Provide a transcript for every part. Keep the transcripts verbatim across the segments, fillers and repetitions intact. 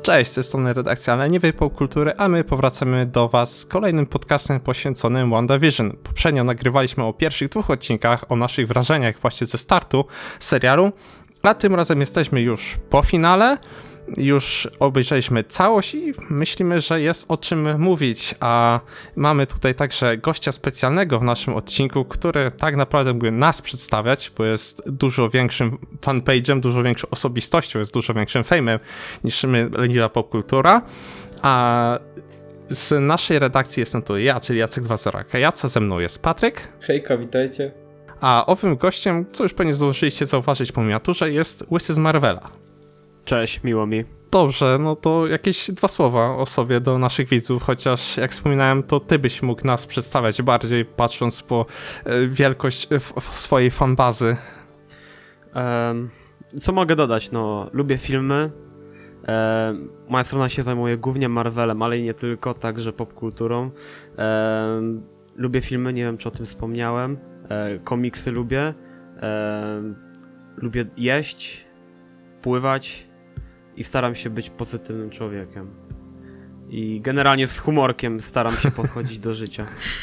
Cześć, z tej strony redakcja Leniwej Popkultury, a my powracamy do was z kolejnym podcastem poświęconym WandaVision. Poprzednio nagrywaliśmy o pierwszych dwóch odcinkach, o naszych wrażeniach właśnie ze startu serialu, a tym razem jesteśmy już po finale. Już obejrzeliśmy całość i myślimy, że jest o czym mówić, a mamy tutaj także gościa specjalnego w naszym odcinku, który tak naprawdę mógłby nas przedstawiać, bo jest dużo większym fanpage'em, dużo większą osobistością, jest dużo większym fejmem niż my, Leniwa Popkultura, a z naszej redakcji jestem tu ja, czyli Jacek dwa zero Kajaca, ze mną jest Patryk. Hejka, witajcie. A owym gościem, co już pewnie zdążyliście zauważyć po miniaturze, jest Łysy z Marvela. Cześć, miło mi. Dobrze, no to jakieś dwa słowa o sobie do naszych widzów, chociaż jak wspominałem, to ty byś mógł nas przedstawiać bardziej, patrząc po wielkość swojej fanbazy. Um, co mogę dodać? No, lubię filmy. Um, moja strona się zajmuje głównie Marvelem, ale i nie tylko, także popkulturą. Um, lubię filmy, nie wiem czy o tym wspomniałem. Um, komiksy lubię. Um, lubię jeść, pływać. I staram się być pozytywnym człowiekiem. I generalnie z humorkiem staram się podchodzić do życia.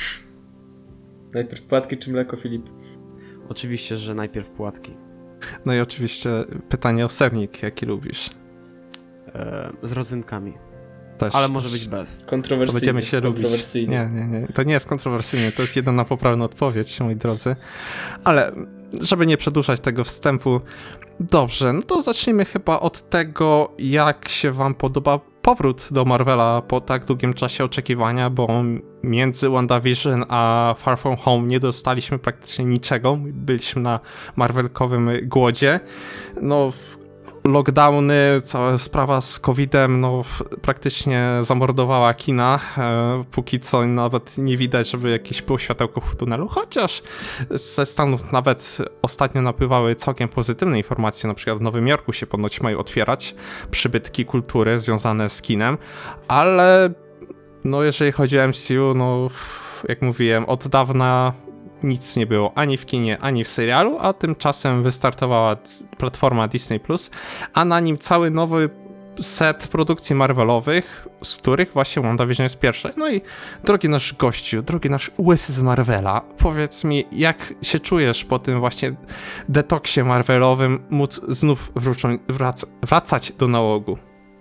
Najpierw płatki czy mleko, Filip? Oczywiście, że najpierw płatki. No i oczywiście pytanie o sernik, jaki lubisz? E, z rodzynkami. Też, Ale też. może być bez. Kontrowersyjnie. To będziemy się kontrowersyjnie. lubić. Nie, nie, nie. To nie jest kontrowersyjnie, to jest jedyna poprawna odpowiedź, moi drodzy. Ale żeby nie przedłużać tego wstępu, dobrze, no to zacznijmy chyba od tego, jak się wam podoba powrót do Marvela po tak długim czasie oczekiwania, bo między WandaVision a Far From Home nie dostaliśmy praktycznie niczego. Byliśmy na marvelkowym głodzie. No, lockdowny, cała sprawa z kowidem, no praktycznie zamordowała kina. E, póki co nawet nie widać, żeby jakieś było światełko w tunelu, chociaż ze Stanów nawet ostatnio napływały całkiem pozytywne informacje, na przykład w Nowym Jorku się ponoć mają otwierać przybytki kultury związane z kinem, ale no jeżeli chodzi o M C U, no jak mówiłem, od dawna nic nie było ani w kinie, ani w serialu, a tymczasem wystartowała platforma Disney plus, a na nim cały nowy set produkcji Marvelowych, z których właśnie WandaVision jest pierwsza. No i drogi nasz gościu, drogi nasz Łysy z Marvela, powiedz mi, jak się czujesz po tym właśnie detoksie Marvelowym, móc znów wrócą, wrac- wracać do nałogu?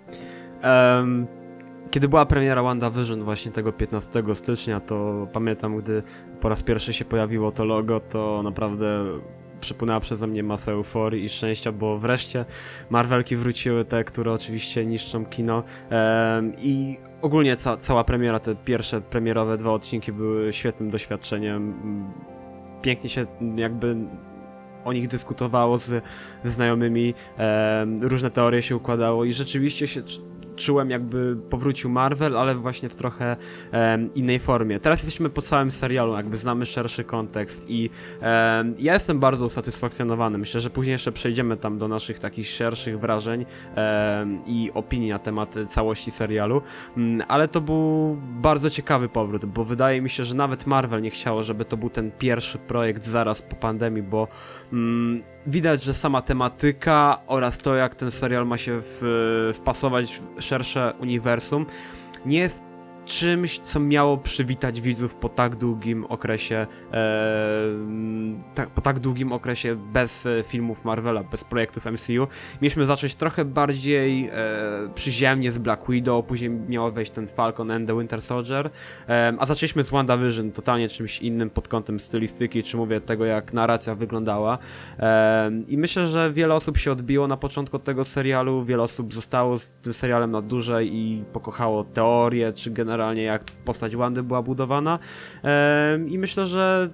Um, kiedy była premiera WandaVision właśnie tego piętnastego stycznia, to pamiętam, gdy po raz pierwszy się pojawiło to logo, to naprawdę przypłynęła przeze mnie masa euforii i szczęścia, bo wreszcie Marvelki wróciły, te, które oczywiście niszczą kino. Um, I ogólnie ca- cała premiera, te pierwsze premierowe dwa odcinki były świetnym doświadczeniem. Pięknie się jakby o nich dyskutowało z, ze znajomymi, um, różne teorie się układało i rzeczywiście się czułem, jakby powrócił Marvel, ale właśnie w trochę um, innej formie. Teraz jesteśmy po całym serialu, jakby znamy szerszy kontekst i um, ja jestem bardzo usatysfakcjonowany. Myślę, że później jeszcze przejdziemy tam do naszych takich szerszych wrażeń um, i opinii na temat całości serialu, um, ale to był bardzo ciekawy powrót, bo wydaje mi się, że nawet Marvel nie chciało, żeby to był ten pierwszy projekt zaraz po pandemii, bo um, widać, że sama tematyka oraz to, jak ten serial ma się w, wpasować w szersze uniwersum, nie jest czymś, co miało przywitać widzów po tak długim okresie, e, ta, po tak długim okresie bez filmów Marvela, bez projektów M C U. Mieliśmy zacząć trochę bardziej e, przyziemnie z Black Widow, później miało wejść ten Falcon and the Winter Soldier, e, a zaczęliśmy z WandaVision, totalnie czymś innym pod kątem stylistyki, czy mówię tego, jak narracja wyglądała. E, I myślę, że wiele osób się odbiło na początku tego serialu, wiele osób zostało z tym serialem na dłużej i pokochało teorię, czy generalnie generalnie jak postać Wandy była budowana ehm, i myślę, że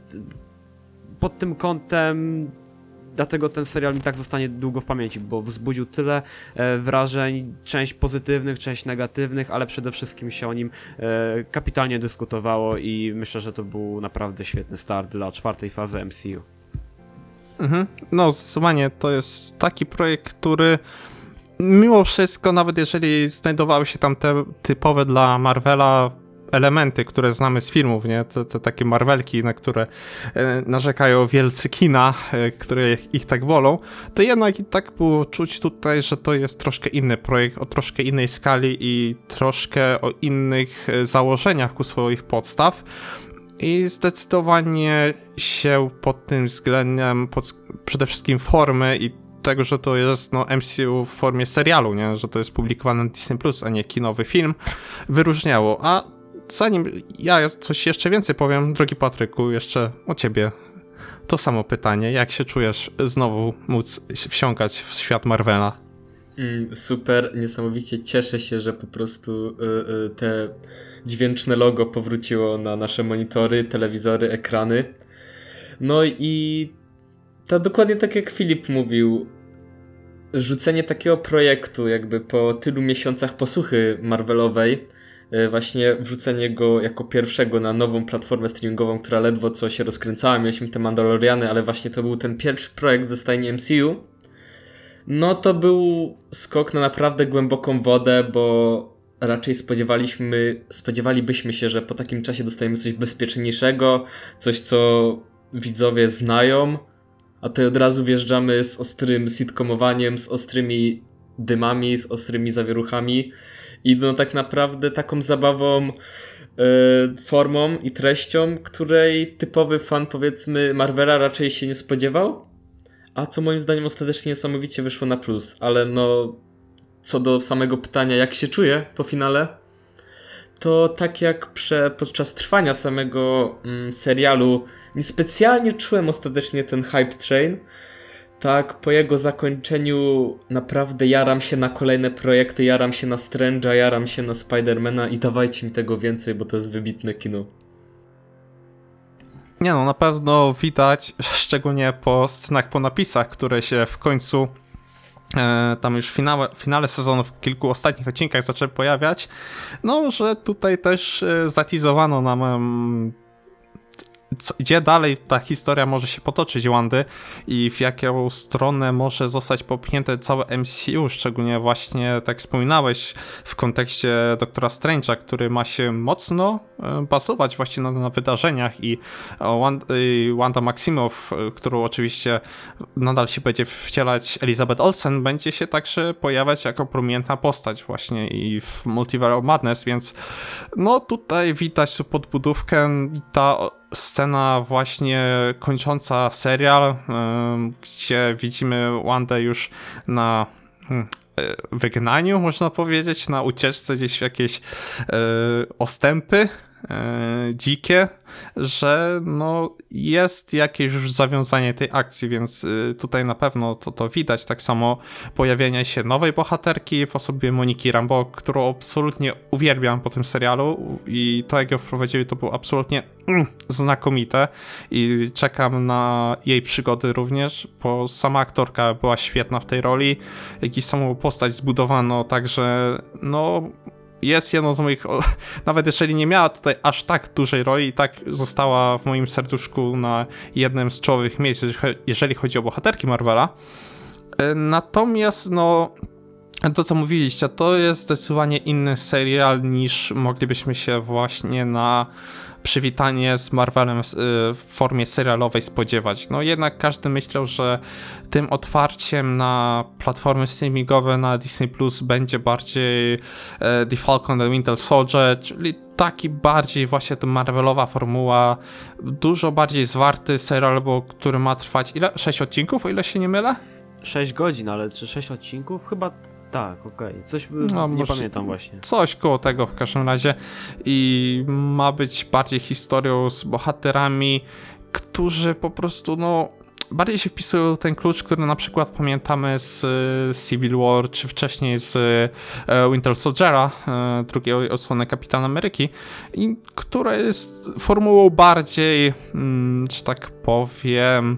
pod tym kątem dlatego ten serial mi tak zostanie długo w pamięci, bo wzbudził tyle e, wrażeń, część pozytywnych, część negatywnych, ale przede wszystkim się o nim e, kapitalnie dyskutowało i myślę, że to był naprawdę świetny start dla czwartej fazy M C U. Mhm. No zdecydowanie to jest taki projekt, który mimo wszystko, nawet jeżeli znajdowały się tam te typowe dla Marvela elementy, które znamy z filmów, nie? Te, te takie Marvelki, na które e, narzekają wielcy kina, e, które ich tak wolą, to jednak i tak było czuć tutaj, że to jest troszkę inny projekt, o troszkę innej skali i troszkę o innych e, założeniach ku swoich podstaw. I zdecydowanie się pod tym względem, pod przede wszystkim formy i tego, że to jest no, M C U w formie serialu, nie? Że to jest publikowane na Disney plus, a nie kinowy film, wyróżniało. A zanim ja coś jeszcze więcej powiem, drogi Patryku, jeszcze o ciebie to samo pytanie. Jak się czujesz znowu móc wsiąkać w świat Marvela? Mm, super, niesamowicie cieszę się, że po prostu y, y, te dźwięczne logo powróciło na nasze monitory, telewizory, ekrany. No i to dokładnie tak jak Filip mówił, rzucenie takiego projektu jakby po tylu miesiącach posłuchy Marvelowej, właśnie wrzucenie go jako pierwszego na nową platformę streamingową, która ledwo co się rozkręcała, mieliśmy te Mandaloriany, ale właśnie to był ten pierwszy projekt ze stajni M C U, no to był skok na naprawdę głęboką wodę, bo raczej spodziewaliśmy, spodziewalibyśmy się, że po takim czasie dostajemy coś bezpieczniejszego, coś co widzowie znają, a tutaj od razu wjeżdżamy z ostrym sitcomowaniem, z ostrymi dymami, z ostrymi zawieruchami i no tak naprawdę taką zabawą, yy, formą i treścią, której typowy fan powiedzmy Marvela raczej się nie spodziewał, a co moim zdaniem ostatecznie niesamowicie wyszło na plus, ale no co do samego pytania jak się czuję po finale, to tak jak prze, podczas trwania samego mm, serialu niespecjalnie czułem ostatecznie ten hype train, tak po jego zakończeniu naprawdę jaram się na kolejne projekty, jaram się na Strange'a, jaram się na Spidermana i dawajcie mi tego więcej, bo to jest wybitne kino. Nie no, na pewno widać, szczególnie po scenach, po napisach, które się w końcu e, tam już w finale, finale sezonu, w kilku ostatnich odcinkach zaczęły pojawiać, no, że tutaj też e, zatizowano nam em, co, gdzie dalej ta historia może się potoczyć Wandy i w jaką stronę może zostać popchnięte całe M C U, szczególnie właśnie, tak wspominałeś, w kontekście Doktora Strange'a, który ma się mocno bazować właśnie na, na wydarzeniach i Wanda, Wanda Maximoff, którą oczywiście nadal się będzie wcielać Elizabeth Olsen, będzie się także pojawiać jako prominentna postać właśnie i w Multiverse of Madness, więc no tutaj widać tu podbudówkę i ta scena właśnie kończąca serial, yy, gdzie widzimy Wandę już na yy, wygnaniu, można powiedzieć, na ucieczce gdzieś w jakieś yy, ostępy yy, dzikie, że no jest jakieś już zawiązanie tej akcji, więc yy, tutaj na pewno to, to widać. Tak samo pojawienie się nowej bohaterki w osobie Moniki Rambeau, którą absolutnie uwielbiam po tym serialu i to jak ją wprowadzili to było absolutnie mm, znakomite i czekam na jej przygody również, bo sama aktorka była świetna w tej roli, jak i samą postać zbudowano, także no jest jedną z moich, nawet jeżeli nie miała tutaj aż tak dużej roli, i tak została w moim serduszku na jednym z czołowych miejsc, jeżeli chodzi o bohaterki Marvela. Natomiast no to co mówiliście, to jest zdecydowanie inny serial niż moglibyśmy się właśnie na przywitanie z Marvelem w formie serialowej spodziewać. No jednak każdy myślał, że tym otwarciem na platformy streamingowe na Disney plus będzie bardziej The Falcon and the Winter Soldier, czyli taki bardziej właśnie ta Marvelowa formuła, dużo bardziej zwarty serial, bo który ma trwać ile? sześć odcinków, o ile się nie mylę? sześć godzin, ale czy sześć odcinków? Chyba tak, okej. Okay. Coś no, nie może, pamiętam właśnie. Coś koło tego w każdym razie i ma być bardziej historią z bohaterami, którzy po prostu no bardziej się wpisują w ten klucz, który na przykład pamiętamy z Civil War, czy wcześniej z Winter Soldiera, drugiej odsłony Kapitana Ameryki, i która jest formułą bardziej, że tak powiem,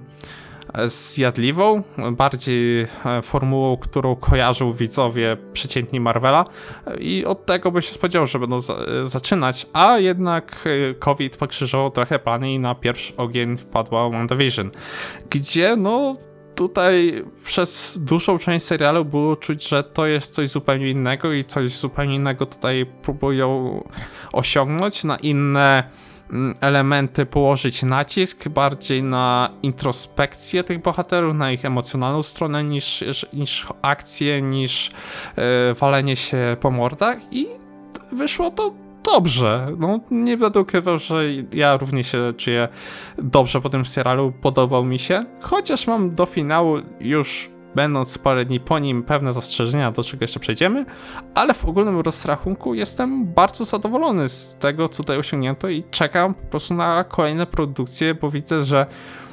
zjadliwą, bardziej formułą, którą kojarzą widzowie przeciętni Marvela i od tego by się spodziewał, że będą za zaczynać, a jednak COVID pokrzyżował trochę plany i na pierwszy ogień wpadła WandaVision, gdzie no tutaj przez dłuższą część serialu było czuć, że to jest coś zupełnie innego i coś zupełnie innego tutaj próbują osiągnąć, na inne elementy położyć nacisk, bardziej na introspekcję tych bohaterów, na ich emocjonalną stronę niż, niż akcję, niż yy, walenie się po mordach i wyszło to dobrze. No, nie będę ukrywał, że ja również się czuję dobrze po tym serialu, podobał mi się, chociaż mam do finału już będąc parę dni po nim pewne zastrzeżenia, do czego jeszcze przejdziemy, ale w ogólnym rozrachunku jestem bardzo zadowolony z tego, co tutaj osiągnięto i czekam po prostu na kolejne produkcje, bo widzę, że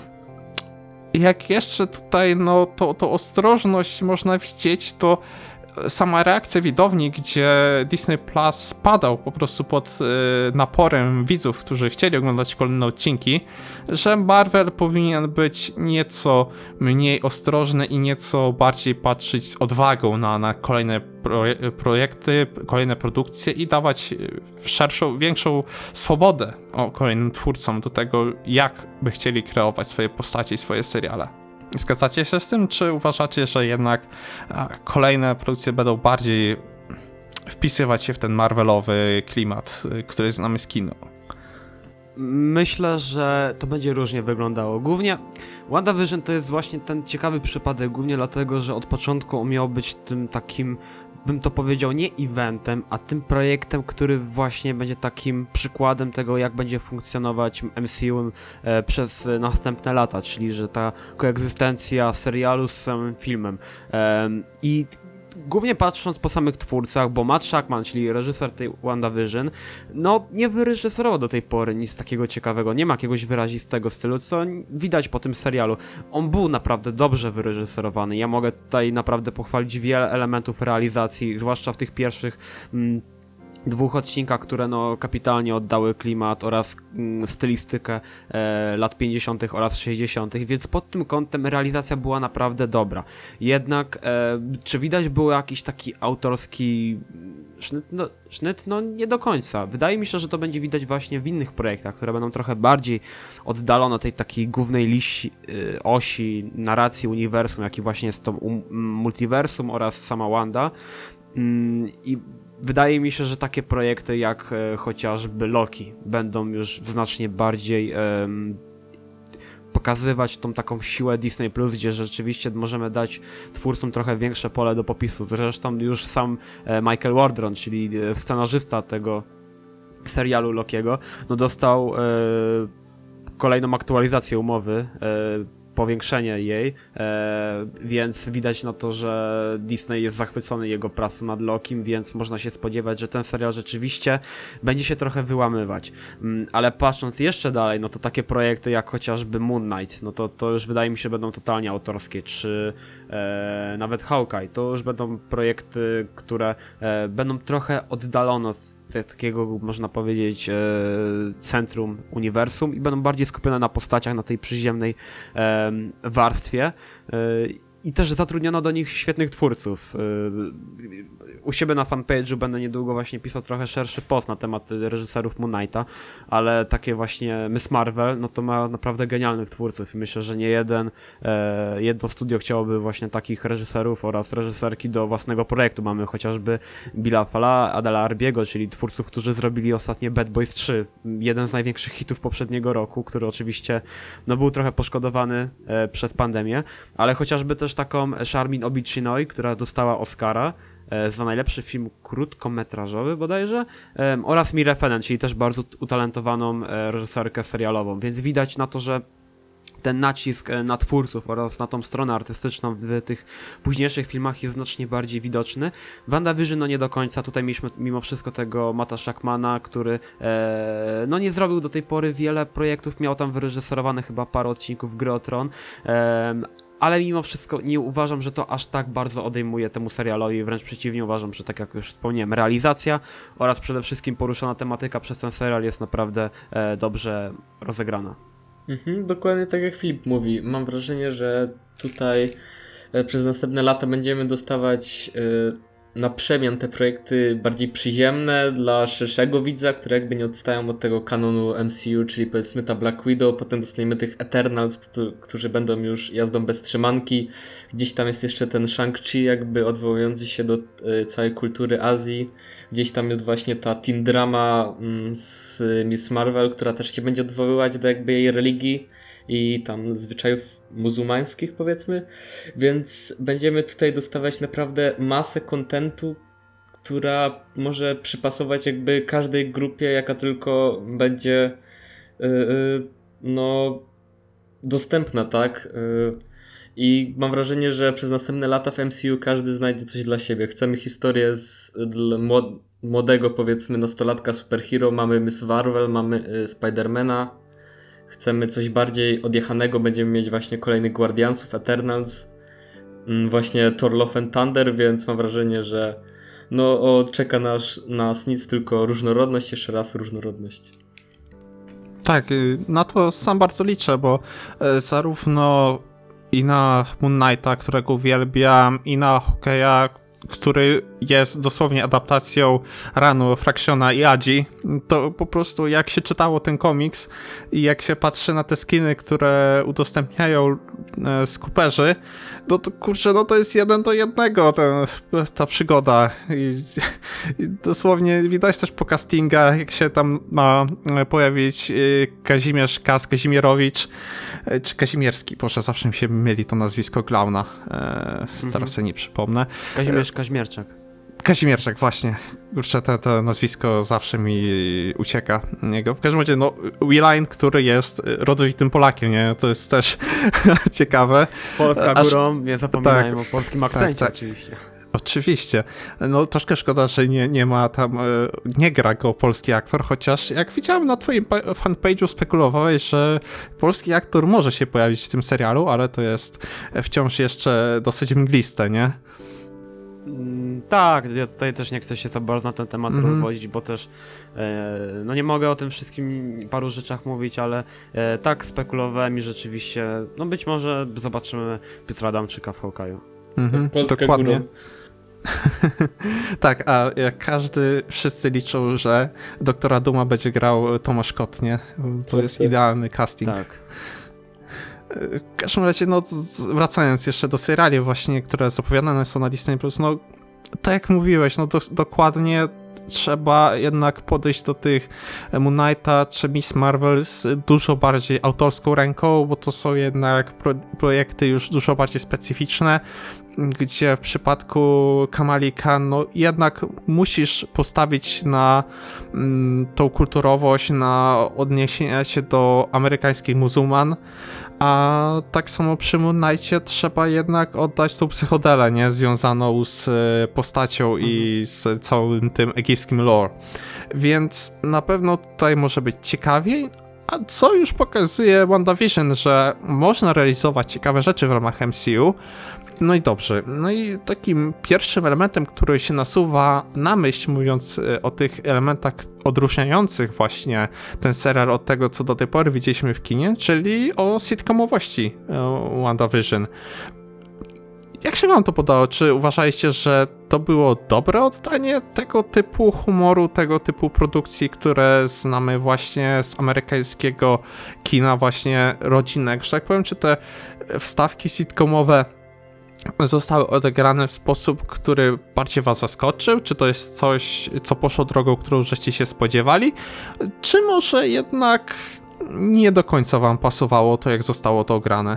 jak jeszcze tutaj no to, to ostrożność można widzieć, to sama reakcja widowni, gdzie Disney Plus padał po prostu pod y, naporem widzów, którzy chcieli oglądać kolejne odcinki, że Marvel powinien być nieco mniej ostrożny i nieco bardziej patrzeć z odwagą na, na kolejne proje- projekty, kolejne produkcje i dawać szerszą, większą swobodę o kolejnym twórcom do tego, jak by chcieli kreować swoje postacie i swoje seriale. Zgadzacie się z tym, czy uważacie, że jednak kolejne produkcje będą bardziej wpisywać się w ten Marvelowy klimat, który znamy z kina? Myślę, że to będzie różnie wyglądało. Głównie WandaVision to jest właśnie ten ciekawy przypadek, głównie dlatego, że od początku on miał być tym takim, bym to powiedział, nie eventem, a tym projektem, który właśnie będzie takim przykładem tego, jak będzie funkcjonować M C U e, przez następne lata, czyli że ta koegzystencja serialu z samym filmem. E, I głównie patrząc po samych twórcach, bo Matt Shakman, czyli reżyser tej WandaVision, no nie wyreżyserował do tej pory nic takiego ciekawego, nie ma jakiegoś wyrazistego stylu, co widać po tym serialu. On był naprawdę dobrze wyreżyserowany, ja mogę tutaj naprawdę pochwalić wiele elementów realizacji, zwłaszcza w tych pierwszych mm, dwóch odcinkach, które no kapitalnie oddały klimat oraz mm, stylistykę e, lat pięćdziesiątych oraz sześćdziesiątych, więc pod tym kątem realizacja była naprawdę dobra. Jednak e, czy widać był jakiś taki autorski sznyt? No, sznyt? No nie do końca. Wydaje mi się, że to będzie widać właśnie w innych projektach, które będą trochę bardziej oddalone od tej takiej głównej liści, y, osi narracji uniwersum, jaki właśnie jest to um, multiversum oraz sama Wanda. Mm, I wydaje mi się, że takie projekty jak e, chociażby Loki będą już znacznie bardziej e, pokazywać tą taką siłę Disney Plus, gdzie rzeczywiście możemy dać twórcom trochę większe pole do popisu. Zresztą już sam e, Michael Wardron, czyli scenarzysta tego serialu Lokiego, no dostał e, kolejną aktualizację umowy, e, powiększenie jej, e, więc widać na to, że Disney jest zachwycony jego pracą nad Lokim, więc można się spodziewać, że ten serial rzeczywiście będzie się trochę wyłamywać. Mm, ale patrząc jeszcze dalej, no to takie projekty jak chociażby Moon Knight, no to, to już wydaje mi się będą totalnie autorskie, czy e, nawet Hawkeye, to już będą projekty, które e, będą trochę oddalone od takiego, można powiedzieć, e, centrum uniwersum i będą bardziej skupione na postaciach, na tej przyziemnej e, warstwie. E, I też zatrudniono do nich świetnych twórców. U siebie na fanpage'u będę niedługo właśnie pisał trochę szerszy post na temat reżyserów Moon Knighta, ale takie właśnie Miss Marvel, no to ma naprawdę genialnych twórców i myślę, że nie jeden, e, jedno studio chciałoby właśnie takich reżyserów oraz reżyserki do własnego projektu. Mamy chociażby Billa Fala, Adela Arbiego, czyli twórców, którzy zrobili ostatnio Bad Boys trzy, jeden z największych hitów poprzedniego roku, który oczywiście no, był trochę poszkodowany e, przez pandemię, ale chociażby też taką Charmin Obichinoy, która dostała Oscara e, za najlepszy film krótkometrażowy bodajże, e, oraz Mirę Fenen, czyli też bardzo utalentowaną e, reżyserkę serialową, więc widać na to, że ten nacisk na twórców oraz na tą stronę artystyczną w tych późniejszych filmach jest znacznie bardziej widoczny. WandaVision no nie do końca, tutaj mieliśmy mimo wszystko tego Matta Shakmana, który e, no nie zrobił do tej pory wiele projektów, miał tam wyreżyserowane chyba parę odcinków Gry o Tron, e, ale mimo wszystko nie uważam, że to aż tak bardzo odejmuje temu serialowi, wręcz przeciwnie, uważam, że tak jak już wspomniałem, realizacja oraz przede wszystkim poruszona tematyka przez ten serial jest naprawdę e, dobrze rozegrana. Mhm, dokładnie tak jak Filip mówi. Mam wrażenie, że tutaj e, przez następne lata będziemy dostawać e, na przemian te projekty bardziej przyziemne dla szerszego widza, które jakby nie odstają od tego kanonu M C U, czyli powiedzmy ta Black Widow, potem dostaniemy tych Eternals, którzy, którzy będą już jazdą bez trzymanki. Gdzieś tam jest jeszcze ten Shang-Chi jakby odwołujący się do y, całej kultury Azji. Gdzieś tam jest właśnie ta teen drama mm, z Miss Marvel, która też się będzie odwoływać do jakby jej religii i tam zwyczajów muzułmańskich, powiedzmy, więc będziemy tutaj dostawać naprawdę masę kontentu, która może przypasować jakby każdej grupie, jaka tylko będzie yy, yy, no dostępna, tak? Yy, I mam wrażenie, że przez następne lata w M C U każdy znajdzie coś dla siebie. Chcemy historię z dla młodego, powiedzmy, nastolatka superhero, mamy Miss Marvel, mamy yy, Spidermana. Chcemy coś bardziej odjechanego, będziemy mieć właśnie kolejnych Guardiansów, Eternals, właśnie Thor Love and Thunder, więc mam wrażenie, że no o, czeka nas, nas nic, tylko różnorodność, jeszcze raz różnorodność. Tak, na to sam bardzo liczę, bo zarówno i na Moon Knighta, którego uwielbiam, i na Hokeja, który jest dosłownie adaptacją ranu Fractiona i Adzi, to po prostu jak się czytało ten komiks i jak się patrzy na te skiny, które udostępniają e, skuperzy, no to kurczę, no to jest jeden do jednego ten, ta przygoda. I, i dosłownie widać też po castingach, jak się tam ma pojawić Kazimierz Kaz, Kazimierowicz, czy Kazimierski, proszę, zawsze mi się myli to nazwisko klauna, e, teraz mhm. sobie nie przypomnę. Kazimierz Kaźmierczak. Kazimierczak, właśnie. Kurczę, to, to nazwisko zawsze mi ucieka niego. W każdym razie, no, Willine, który jest rodowitym Polakiem, nie? To jest też ciekawe. Polska Aż... górą, nie zapominajmy tak, o polskim akcencie, tak, tak. oczywiście. Oczywiście. No troszkę szkoda, że nie, nie ma tam, nie gra go polski aktor, chociaż jak widziałem na twoim fanpage'u spekulowałeś, że polski aktor może się pojawić w tym serialu, ale to jest wciąż jeszcze dosyć mgliste, nie? Mm, tak, ja tutaj też nie chcę się za bardzo na ten temat mm-hmm. rozwodzić, bo też e, no nie mogę o tym wszystkim paru rzeczach mówić, ale e, tak spekulowałem i rzeczywiście, no być może zobaczymy Piotra Adamczyka w Hawkeye'u. Mhm, Polska dokładnie. Górą. Tak, a jak każdy, wszyscy liczą, że doktora Duma będzie grał Tomasz Kot, nie? To jest idealny casting. Tak. W każdym razie, no wracając jeszcze do seriali właśnie, które zapowiadane są na Disney Plus, no tak jak mówiłeś, no do, dokładnie trzeba jednak podejść do tych Moon Knighta czy Miss Marvel z dużo bardziej autorską ręką, bo to są jednak pro, projekty już dużo bardziej specyficzne, gdzie w przypadku Kamali Khan no jednak musisz postawić na mm, tą kulturowość, na odniesienie się do amerykańskich muzułman, a tak samo przy Moon Knightie trzeba jednak oddać tą psychodelę, nie? Związaną z postacią mhm. i z całym tym egipskim lore. Więc na pewno tutaj może być ciekawiej, a co już pokazuje WandaVision, że można realizować ciekawe rzeczy w ramach M C U. No i dobrze. No i takim pierwszym elementem, który się nasuwa na myśl, mówiąc o tych elementach odróżniających właśnie ten serial od tego, co do tej pory widzieliśmy w kinie, czyli o sitcomowości WandaVision. Jak się wam to podobało? Czy uważaliście, że to było dobre oddanie tego typu humoru, tego typu produkcji, które znamy właśnie z amerykańskiego kina właśnie rodzinnego, że tak powiem? Czy te wstawki sitcomowe zostały odegrane w sposób, który bardziej was zaskoczył? Czy to jest coś, co poszło drogą, którą żeście się spodziewali? Czy może jednak nie do końca wam pasowało to, jak zostało to ograne?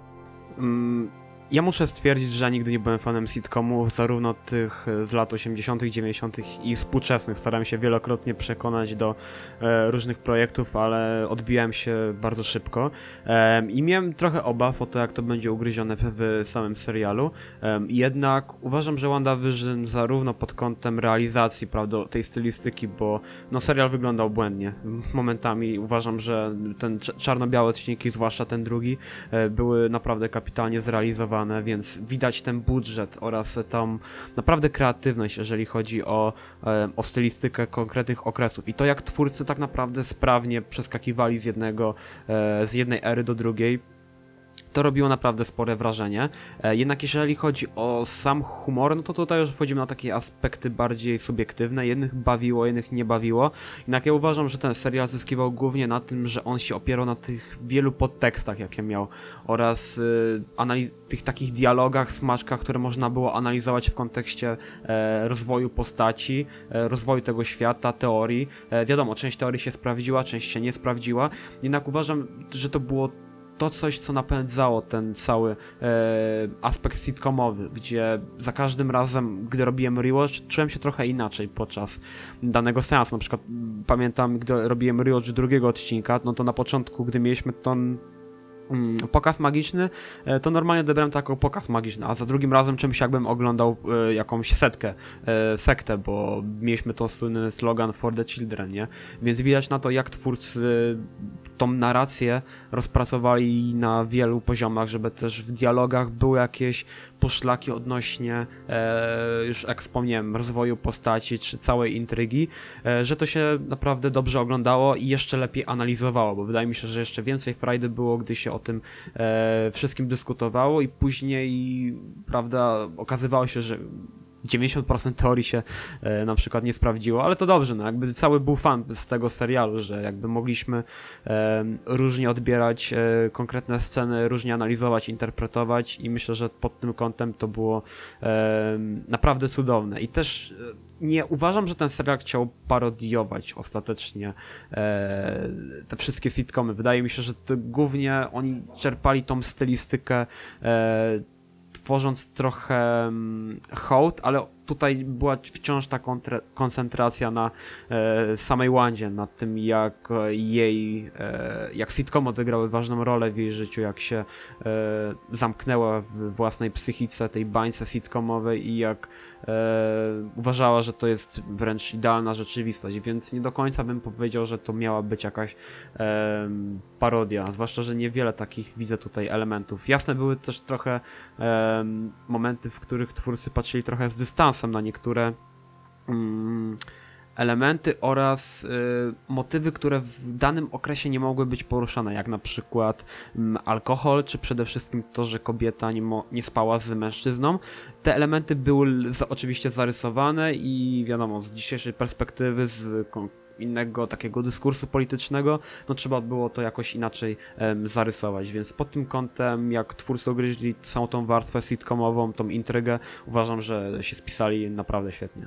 Mm. Ja muszę stwierdzić, że ja nigdy nie byłem fanem sitcomów, zarówno tych z lat osiemdziesiątych, dziewięćdziesiątych i współczesnych. Starałem się wielokrotnie przekonać do e, różnych projektów, ale odbijałem się bardzo szybko. E, I miałem trochę obaw o to, jak to będzie ugryzione w samym serialu. E, jednak uważam, że WandaVision zarówno pod kątem realizacji, prawda, tej stylistyki, bo no, serial wyglądał błędnie. Momentami uważam, że ten czarno-białe odcinki, zwłaszcza ten drugi, e, były naprawdę kapitalnie zrealizowane. Więc widać ten budżet oraz tą naprawdę kreatywność, jeżeli chodzi o, o stylistykę konkretnych okresów i to, jak twórcy tak naprawdę sprawnie przeskakiwali z jednego, z jednej ery do drugiej. to robiło naprawdę spore wrażenie. E, jednak jeżeli chodzi o sam humor, no to tutaj już wchodzimy na takie aspekty bardziej subiektywne. Jednych bawiło, jednych nie bawiło. Jednak ja uważam, że ten serial zyskiwał głównie na tym, że on się opierał na tych wielu podtekstach, jakie miał, oraz y, analiz- tych takich dialogach, smaczkach, które można było analizować w kontekście e, rozwoju postaci, e, rozwoju tego świata, teorii. E, wiadomo, część teorii się sprawdziła, część się nie sprawdziła. Jednak uważam, że to było to coś, co napędzało ten cały e, aspekt sitcomowy, gdzie za każdym razem, gdy robiłem rewatch, czułem się trochę inaczej podczas danego seansu. Na przykład m, pamiętam, gdy robiłem rewatch drugiego odcinka, no to na początku, gdy mieliśmy ten mm, pokaz magiczny, e, to normalnie odebrałem to jako pokaz magiczny, a za drugim razem czymś jakbym oglądał e, jakąś setkę, e, sektę, bo mieliśmy to słynny slogan For the Children, nie? Więc widać na to, jak twórcy tą narrację rozpracowali na wielu poziomach, żeby też w dialogach były jakieś poszlaki odnośnie, e, już jak wspomniałem, rozwoju postaci czy całej intrygi, e, że to się naprawdę dobrze oglądało i jeszcze lepiej analizowało, bo wydaje mi się, że jeszcze więcej frajdy było, gdy się o tym e, wszystkim dyskutowało i później, prawda, okazywało się, że dziewięćdziesiąt procent teorii się e, na przykład nie sprawdziło, ale to dobrze, no jakby cały był fan z tego serialu, że jakby mogliśmy e, różnie odbierać e, konkretne sceny, różnie analizować, interpretować i myślę, że pod tym kątem to było e, naprawdę cudowne i też e, nie uważam, że ten serial chciał parodiować ostatecznie e, te wszystkie sitcomy. Wydaje mi się, że to głównie oni czerpali tą stylistykę e, tworząc trochę um, hołd, ale tutaj była wciąż ta kontre- koncentracja na e, samej Wandzie, na tym jak jej, e, jak sitcom odegrały ważną rolę w jej życiu, jak się e, zamknęła w własnej psychice, tej bańce sitcomowej i jak e, uważała, że to jest wręcz idealna rzeczywistość, więc nie do końca bym powiedział, że to miała być jakaś e, parodia, zwłaszcza, że niewiele takich widzę tutaj elementów. Jasne, były też trochę e, momenty, w których twórcy patrzyli trochę z dystansem na niektóre mm, elementy oraz y, motywy, które w danym okresie nie mogły być poruszane, jak na przykład mm, alkohol, czy przede wszystkim to, że kobieta nie, mo- nie spała z mężczyzną. Te elementy były za- oczywiście zarysowane i wiadomo, z dzisiejszej perspektywy, z kon- innego takiego dyskursu politycznego, no trzeba było to jakoś inaczej em, zarysować, więc pod tym kątem, jak twórcy ugryźli całą tą warstwę sitcomową, tą intrygę, uważam, że się spisali naprawdę świetnie.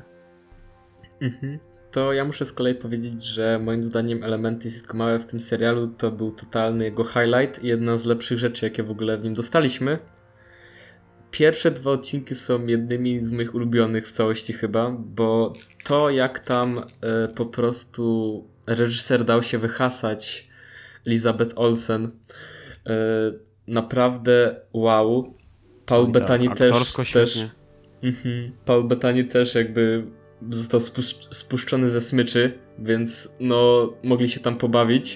Mhm. To ja muszę z kolei powiedzieć, że moim zdaniem elementy sitcomowe w tym serialu to był totalny jego highlight i jedna z lepszych rzeczy, jakie w ogóle w nim dostaliśmy. Pierwsze dwa odcinki są jednymi z moich ulubionych w całości chyba, bo to jak tam e, po prostu reżyser dał się wyhasać Elizabeth Olsen, e, naprawdę wow. Paul No Bettany tak, też, aktorsko też świetnie. mhm, Paul Bettany też jakby został spusz- spuszczony ze smyczy, więc no mogli się tam pobawić.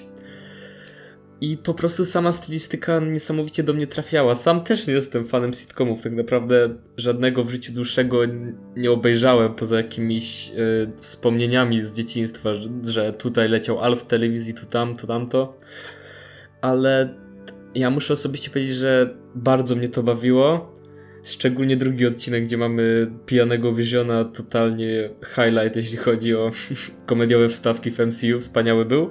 I po prostu sama stylistyka niesamowicie do mnie trafiała. Sam też nie jestem fanem sitcomów, tak naprawdę żadnego w życiu dłuższego nie obejrzałem, poza jakimiś y, wspomnieniami z dzieciństwa, że, że tutaj leciał Alf w telewizji, tu tam, to tamto. Ale ja muszę osobiście powiedzieć, że bardzo mnie to bawiło. Szczególnie drugi odcinek, gdzie mamy pijanego Visiona, totalnie highlight, jeśli chodzi o komediowe wstawki w M C U, wspaniały był.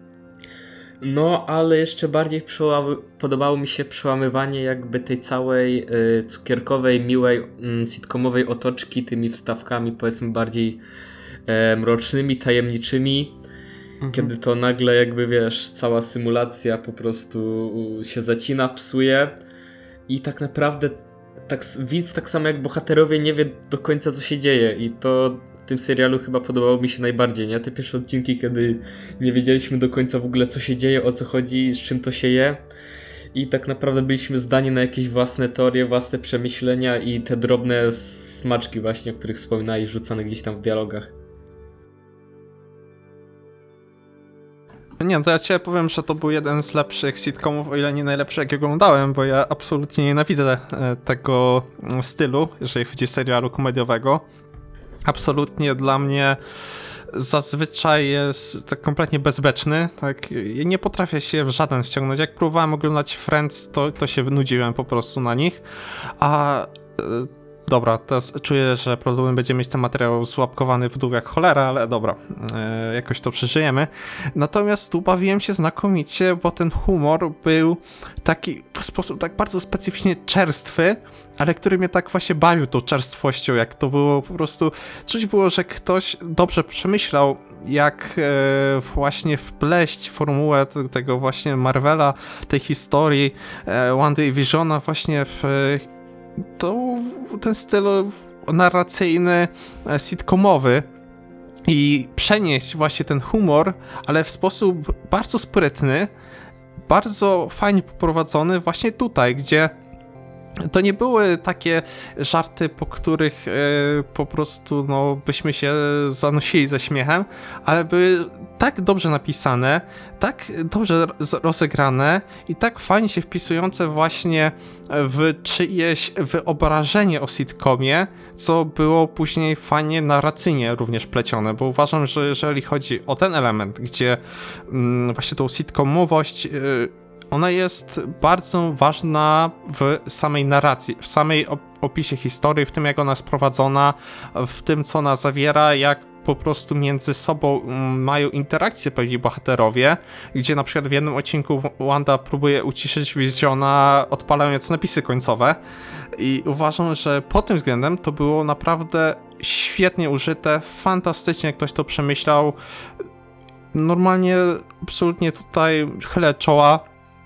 No, ale jeszcze bardziej przełamy, podobało mi się przełamywanie jakby tej całej y, cukierkowej, miłej, y, sitcomowej otoczki tymi wstawkami powiedzmy bardziej y, mrocznymi, tajemniczymi, mhm. Kiedy to nagle jakby wiesz, cała symulacja po prostu się zacina, psuje i tak naprawdę tak, widz tak samo jak bohaterowie nie wie do końca co się dzieje i to w tym serialu chyba podobało mi się najbardziej, nie? Te pierwsze odcinki, kiedy nie wiedzieliśmy do końca w ogóle co się dzieje, o co chodzi, z czym to się je i tak naprawdę byliśmy zdani na jakieś własne teorie, własne przemyślenia i te drobne smaczki właśnie, o których wspominali, rzucane gdzieś tam w dialogach. Nie, no to ja ci powiem, że to był jeden z lepszych sitcomów, o ile nie najlepszy, jak oglądałem, bo ja absolutnie nienawidzę tego stylu, jeżeli chodzi o serialu komediowego. Absolutnie dla mnie zazwyczaj jest tak kompletnie bezbeczny, tak, nie potrafię się w żaden wciągnąć. Jak próbowałem oglądać Friends, to, to się wynudziłem po prostu na nich, a e, dobra, teraz czuję, że prawdopodobnie będzie mieć ten materiał złapkowany w dół jak cholera, ale dobra, e, jakoś to przeżyjemy. Natomiast tu bawiłem się znakomicie, bo ten humor był taki w sposób tak bardzo specyficznie czerstwy, ale który mnie tak właśnie bawił tą czerstwością, jak to było po prostu, czuć było, że ktoś dobrze przemyślał, jak e, właśnie wpleść formułę t- tego właśnie Marvela, tej historii e, Wandy i Visiona właśnie w to ten styl narracyjny, sitcomowy i przenieść właśnie ten humor, ale w sposób bardzo sprytny, bardzo fajnie poprowadzony właśnie tutaj, gdzie to nie były takie żarty, po których e, po prostu no, byśmy się zanosili ze śmiechem, ale były tak dobrze napisane, tak dobrze rozegrane i tak fajnie się wpisujące właśnie w czyjeś wyobrażenie o sitcomie, co było później fajnie narracyjnie również plecione, bo uważam, że jeżeli chodzi o ten element, gdzie mm, właśnie tą sitcomowość yy, ona jest bardzo ważna w samej narracji, w samej opisie historii, w tym jak ona jest prowadzona, w tym co ona zawiera, jak po prostu między sobą mają interakcje pewni bohaterowie, gdzie na przykład w jednym odcinku Wanda próbuje uciszyć Visiona, odpalając napisy końcowe i uważam, że pod tym względem to było naprawdę świetnie użyte, fantastycznie ktoś to przemyślał. Normalnie absolutnie tutaj chylę czoła,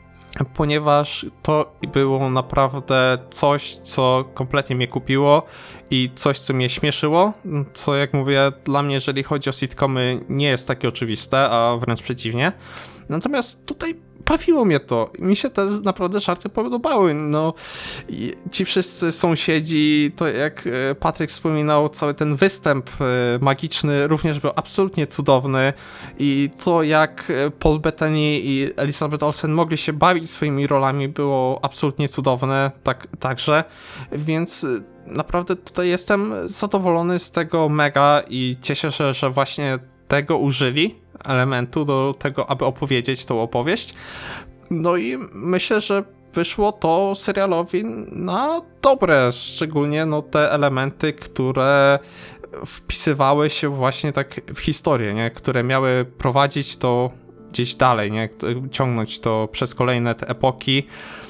ponieważ to było naprawdę coś, co kompletnie mnie kupiło i coś, co mnie śmieszyło, co jak mówię, dla mnie, jeżeli chodzi o sitcomy, nie jest takie oczywiste, a wręcz przeciwnie. Natomiast tutaj bawiło mnie to. Mi się te naprawdę żarty podobały. No, ci wszyscy sąsiedzi, to jak Patryk wspominał, cały ten występ magiczny również był absolutnie cudowny i to jak Paul Bettany i Elizabeth Olsen mogli się bawić swoimi rolami było absolutnie cudowne tak, także, więc naprawdę tutaj jestem zadowolony z tego mega i cieszę się, że właśnie tego użyli elementu do tego, aby opowiedzieć tą opowieść. No i myślę, że wyszło to serialowi na dobre, szczególnie no te elementy, które wpisywały się właśnie tak w historię, nie? Które miały prowadzić to gdzieś dalej, nie? Ciągnąć to przez kolejne te epoki.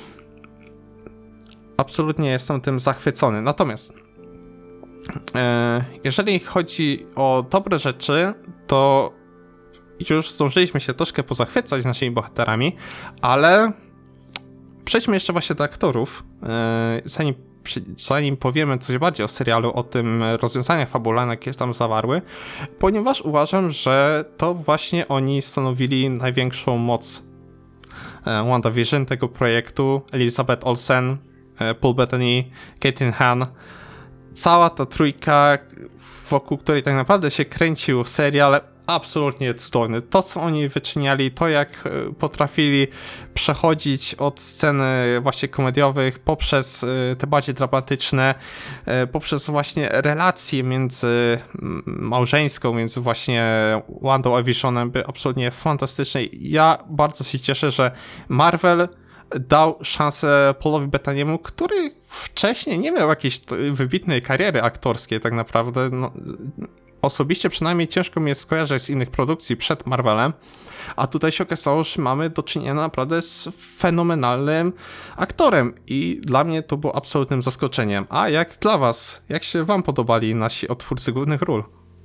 Absolutnie jestem tym zachwycony. Natomiast e, jeżeli chodzi o dobre rzeczy, to już zdążyliśmy się troszkę pozachwycać naszymi bohaterami, ale przejdźmy jeszcze właśnie do aktorów, zanim, zanim powiemy coś bardziej o serialu, o tym rozwiązaniach fabularnych, jakie tam zawarły, ponieważ uważam, że to właśnie oni stanowili największą moc WandaVision, tego projektu. Elizabeth Olsen, Paul Bettany, Caitlin Han, cała ta trójka, wokół której tak naprawdę się kręcił serial, absolutnie cudowny. To, co oni wyczyniali, to jak potrafili przechodzić od sceny właśnie komediowych poprzez te bardziej dramatyczne, poprzez właśnie relacje między małżeńską, między właśnie Wandą a Visionem, by absolutnie fantastyczne. Ja bardzo się cieszę, że Marvel dał szansę Paulowi Bettany'emu, który wcześniej nie miał jakiejś wybitnej kariery aktorskiej tak naprawdę. No, osobiście przynajmniej ciężko mi jest skojarzyć z innych produkcji przed Marvelem, a tutaj się okazało, że mamy do czynienia naprawdę z fenomenalnym aktorem i dla mnie to było absolutnym zaskoczeniem. A jak dla was? Jak się wam podobali nasi odtwórcy głównych ról?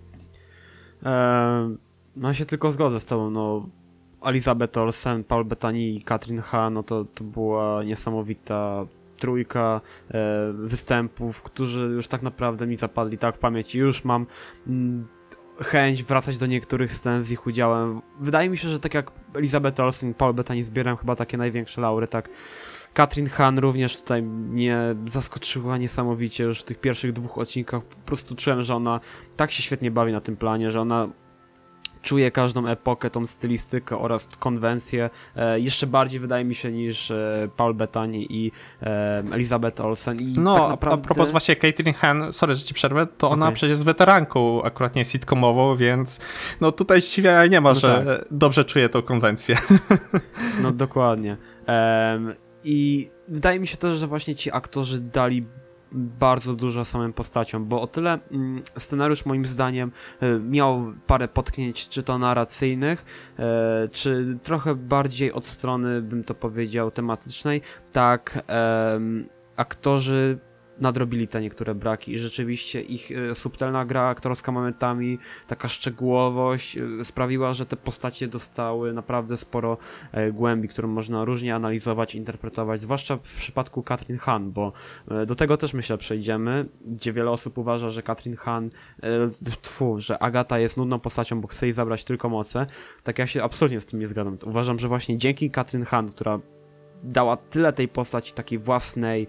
Eee, no ja się tylko zgodzę z tobą, no Elizabeth Olsen, Paul Bettany i Caitlin Han, no to, to była niesamowita trójka e, występów, którzy już tak naprawdę mi zapadli tak w pamięć i już mam mm, chęć wracać do niektórych scen z ich udziałem. Wydaje mi się, że tak jak Elizabeth Olsen i Paul Bettany zbieram chyba takie największe laury, tak Caitlin Han również tutaj mnie zaskoczyła niesamowicie już w tych pierwszych dwóch odcinkach. Po prostu czułem, że ona tak się świetnie bawi na tym planie, że ona czuje każdą epokę, tą stylistykę oraz konwencję. E, jeszcze bardziej wydaje mi się niż e, Paul Bettany i e, Elizabeth Olsen. I no, tak naprawdę... a propos właśnie Caitlin Hahn, sorry, że ci przerwę, to ona Okay. przecież jest weteranką akurat nie sitcomową, więc no tutaj zdziwienia nie ma, No że tak. dobrze czuje tą konwencję. No dokładnie. Um, I wydaje mi się też, że właśnie ci aktorzy dali bardzo dużo samym postaciom, bo o tyle mm, scenariusz moim zdaniem y, miał parę potknięć, czy to narracyjnych, y, czy trochę bardziej od strony, bym to powiedział, tematycznej, tak em, aktorzy nadrobili te niektóre braki i rzeczywiście ich e, subtelna gra aktorska momentami, taka szczegółowość e, sprawiła, że te postacie dostały naprawdę sporo e, głębi, którą można różnie analizować, interpretować, zwłaszcza w przypadku Kathryn Hahn, bo e, do tego też myślę przejdziemy, gdzie wiele osób uważa, że Kathryn Hahn, e, tfu, że Agata jest nudną postacią, bo chce jej zabrać tylko moce. Tak ja się absolutnie z tym nie zgadzam. Uważam, że właśnie dzięki Kathryn Hahn, która dała tyle tej postaci takiej własnej,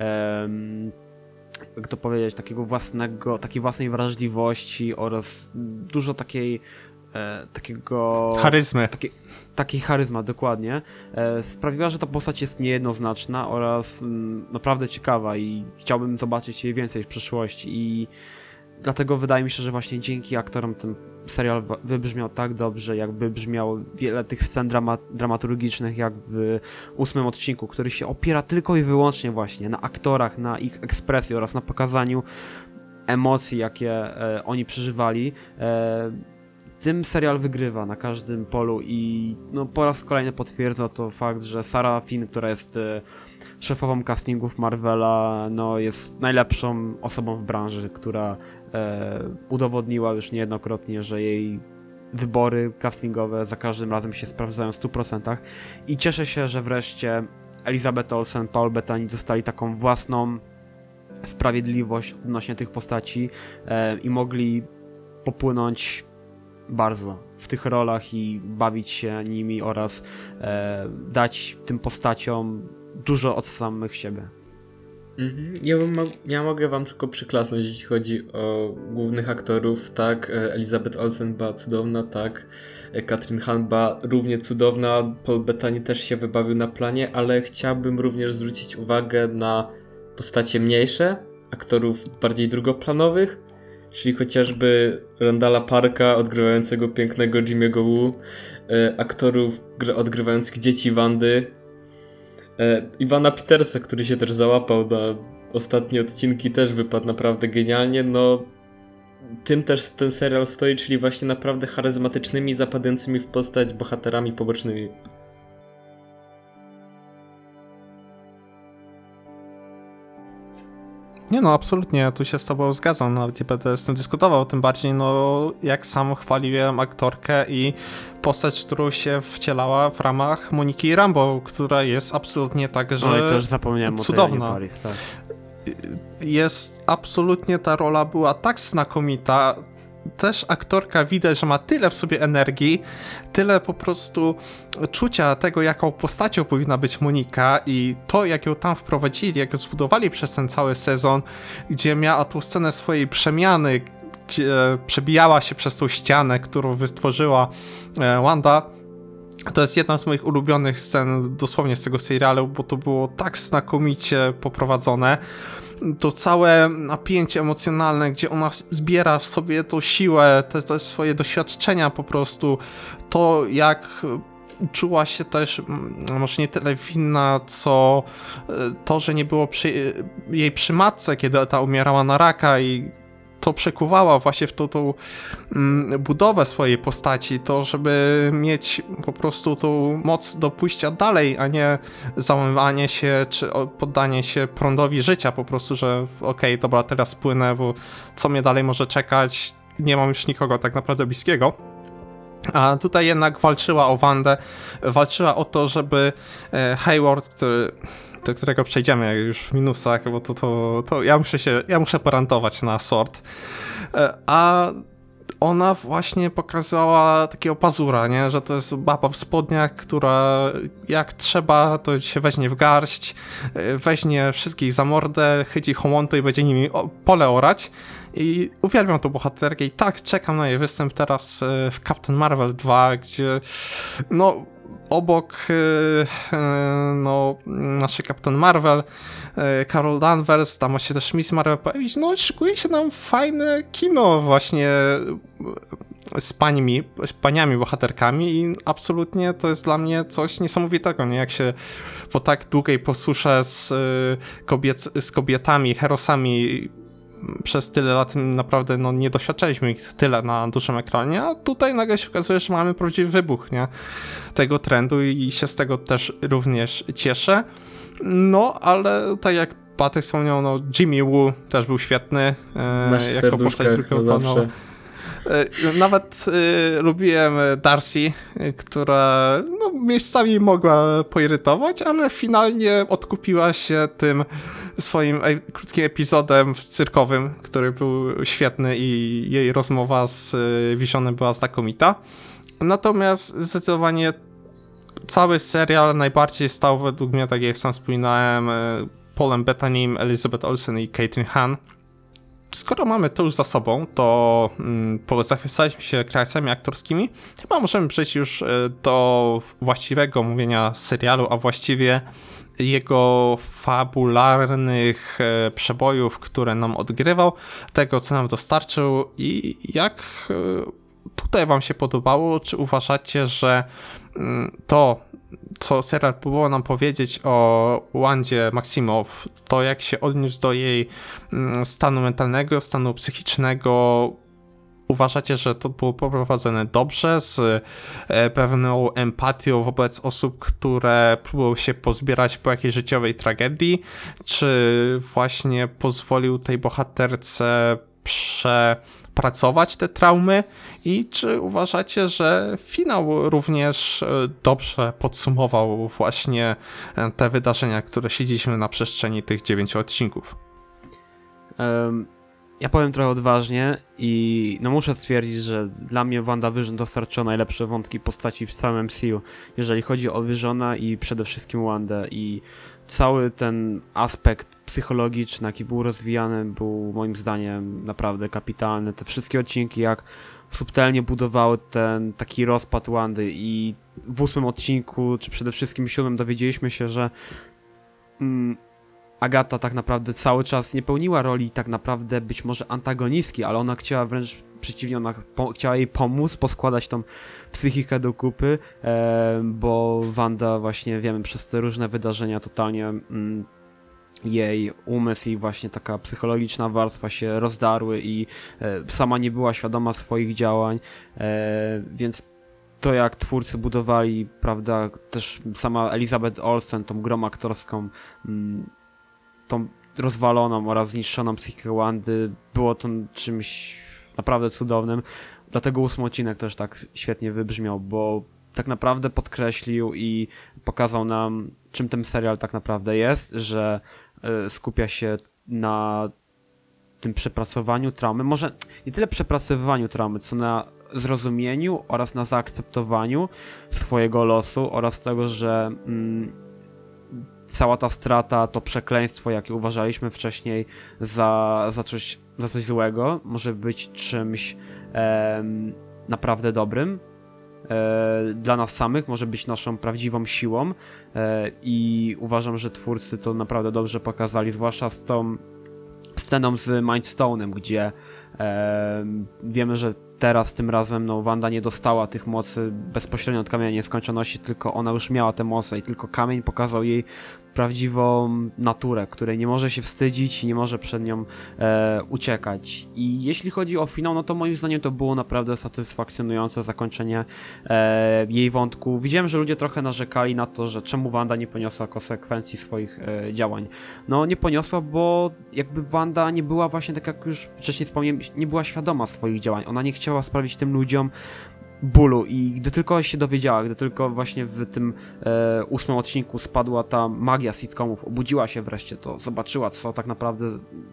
um, jak to powiedzieć, takiego własnego, takiej własnej wrażliwości oraz dużo takiej e, takiego... Charyzmy. Takiej, takiej charyzma, dokładnie. E, sprawiła, że ta postać jest niejednoznaczna oraz m, naprawdę ciekawa i chciałbym zobaczyć jej więcej w przyszłości i dlatego wydaje mi się, że właśnie dzięki aktorom ten serial wybrzmiał tak dobrze, jakby brzmiał wiele tych scen drama dramaturgicznych, jak w ósmym odcinku, który się opiera tylko i wyłącznie właśnie na aktorach, na ich ekspresji oraz na pokazaniu emocji, jakie e, oni przeżywali. E, tym serial wygrywa na każdym polu i no, po raz kolejny potwierdza to fakt, że Sarah Finn, która jest e, szefową castingów Marvela, no, jest najlepszą osobą w branży, która e, udowodniła już niejednokrotnie, że jej wybory castingowe za każdym razem się sprawdzają w stu procentach i cieszę się, że wreszcie Elizabeth Olsen, Paul Bettany dostali taką własną sprawiedliwość odnośnie tych postaci e, i mogli popłynąć bardzo w tych rolach i bawić się nimi oraz e, dać tym postaciom dużo od samych siebie. Mhm. Ja, bym, ja mogę wam tylko przyklasnąć, jeśli chodzi o głównych aktorów, tak, Elizabeth Olsen była cudowna, tak, Kathryn Hahn była równie cudowna, Paul Bettany też się wybawił na planie, ale chciałbym również zwrócić uwagę na postacie mniejsze, aktorów bardziej drugoplanowych, czyli chociażby Randalla Parka odgrywającego pięknego Jimmy'ego Woo, aktorów odgrywających dzieci Wandy, Ivana Petersa, który się też załapał na ostatnie odcinki, też wypadł naprawdę genialnie. No, tym też ten serial stoi, czyli właśnie naprawdę charyzmatycznymi, zapadającymi w postać bohaterami pobocznymi. Nie no, absolutnie, ja tu się z tobą zgadzam, nawet nie będę z tym dyskutował, tym bardziej, no, jak sam chwaliłem aktorkę i postać, którą się wcielała w ramach Moniki Rambeau, która jest absolutnie także No i też zapomniałem cudowna. o tej Paris, tak. Jest absolutnie, ta rola była tak znakomita, też aktorka widać, że ma tyle w sobie energii, tyle po prostu czucia tego, jaką postacią powinna być Monika i to, jak ją tam wprowadzili, jak ją zbudowali przez ten cały sezon, gdzie miała tą scenę swojej przemiany, gdzie przebijała się przez tą ścianę, którą wytworzyła Wanda. To jest jedna z moich ulubionych scen dosłownie z tego serialu, bo to było tak znakomicie poprowadzone. To całe napięcie emocjonalne, gdzie ona zbiera w sobie tą siłę, te, te swoje doświadczenia po prostu, to jak czuła się też, może nie tyle winna, co to, że nie było przy, jej przy matce, kiedy ta umierała na raka i to przekuwała właśnie w tą, tą mm, budowę swojej postaci, to żeby mieć po prostu tą moc do pójścia dalej, a nie załamywanie się, czy poddanie się prądowi życia, po prostu, że okej, okay, dobra, teraz płynę, bo co mnie dalej może czekać, nie mam już nikogo tak naprawdę bliskiego. A tutaj jednak walczyła o Wandę, walczyła o to, żeby Hayward, który... do którego przejdziemy już w minusach, bo to, to, to ja muszę się, ja muszę porantować na Sword. A ona właśnie pokazała takiego pazura, nie? Że to jest baba w spodniach, która jak trzeba, to się weźmie w garść, weźmie wszystkich za mordę, chyci hołąto i będzie nimi pole orać. i uwielbiam tą bohaterkę i tak czekam na jej występ teraz w Captain Marvel dwa, gdzie no obok no naszej Captain Marvel, Carol Danvers, tam ma się też Miss Marvel pojawić, no szykuje się nam fajne kino właśnie z paniami, z paniami bohaterkami i absolutnie to jest dla mnie coś niesamowitego, nie? Jak się po tak długiej posłusze z, kobiet, z kobietami, herosami przez tyle lat naprawdę no, nie doświadczaliśmy ich tyle na dużym ekranie, a tutaj nagle się okazuje, że mamy prawdziwy wybuch, nie? Tego trendu i się z tego też również cieszę. No, ale tak jak Patryk wspomniał, no Jimmy Woo też był świetny e, jako postać drugoplanowa. Nawet y, lubiłem Darcy, y, która no, miejscami mogła poirytować, ale finalnie odkupiła się tym swoim e- krótkim epizodem cyrkowym, który był świetny i jej rozmowa z y, Visionem była znakomita. Natomiast zdecydowanie cały serial najbardziej stał według mnie, tak jak sam wspominałem, y, Paulem Bettanym, Elizabeth Olsen i Caitlin Han. Skoro mamy to już za sobą, to mm, zachwycaliśmy się kreacjami aktorskimi, chyba możemy przejść już do właściwego mówienia serialu, a właściwie jego fabularnych e, przebojów, które nam odgrywał, tego co nam dostarczył i jak e, tutaj wam się podobało, czy uważacie, że mm, to co serial próbował nam powiedzieć o Wandzie Maximoff, to jak się odniósł do jej stanu mentalnego, stanu psychicznego, uważacie, że to było poprowadzone dobrze, z pewną empatią wobec osób, które próbują się pozbierać po jakiejś życiowej tragedii, czy właśnie pozwolił tej bohaterce przepracować te traumy i czy uważacie, że finał również dobrze podsumował właśnie te wydarzenia, które śledziliśmy na przestrzeni tych dziewięciu odcinków? Um, ja powiem trochę odważnie i no muszę stwierdzić, że dla mnie WandaVision dostarczyło najlepsze wątki postaci w całym M C U, jeżeli chodzi o Visiona i przede wszystkim Wandę, i cały ten aspekt psychologiczny, jaki był rozwijany, był moim zdaniem naprawdę kapitalny. Te wszystkie odcinki, jak subtelnie budowały ten taki rozpad Wandy, i w ósmym odcinku, czy przede wszystkim siódmym, dowiedzieliśmy się, że mm, Agata tak naprawdę cały czas nie pełniła roli tak naprawdę być może antagonistki, ale ona chciała wręcz przeciwnie, ona po- chciała jej pomóc, poskładać tą psychikę do kupy, e, bo Wanda właśnie, wiemy, przez te różne wydarzenia totalnie mm, jej umysł i właśnie taka psychologiczna warstwa się rozdarły i e, sama nie była świadoma swoich działań, e, więc to jak twórcy budowali, prawda, też sama Elizabeth Olsen, tą grą aktorską, mm, tą rozwaloną oraz zniszczoną psychikę Wandy, było to czymś naprawdę cudownym. Dlatego ósmy odcinek też tak świetnie wybrzmiał, bo tak naprawdę podkreślił i pokazał nam, czym ten serial tak naprawdę jest, że y, skupia się na tym przepracowaniu traumy, może nie tyle przepracowywaniu traumy, co na zrozumieniu oraz na zaakceptowaniu swojego losu oraz tego, że mm, cała ta strata, to przekleństwo, jakie uważaliśmy wcześniej za, za, coś, za coś złego, może być czymś e, naprawdę dobrym e, dla nas samych, może być naszą prawdziwą siłą e, i uważam, że twórcy to naprawdę dobrze pokazali, zwłaszcza z tą sceną z Mind Stone'em, gdzie e, wiemy, że teraz tym razem no, Wanda nie dostała tych mocy bezpośrednio od Kamienia Nieskończoności, tylko ona już miała te moce i tylko Kamień pokazał jej prawdziwą naturę, której nie może się wstydzić i nie może przed nią e, uciekać. I jeśli chodzi o finał, no to moim zdaniem to było naprawdę satysfakcjonujące zakończenie e, jej wątku. Widziałem, że ludzie trochę narzekali na to, że czemu Wanda nie poniosła konsekwencji swoich e, działań. No nie poniosła, bo jakby Wanda nie była właśnie, tak jak już wcześniej wspomniałem, nie była świadoma swoich działań. Ona nie chciała sprawić tym ludziom bólu i gdy tylko się dowiedziała, gdy tylko właśnie w tym e, ósmym odcinku spadła ta magia sitcomów, obudziła się wreszcie, to zobaczyła, co tak naprawdę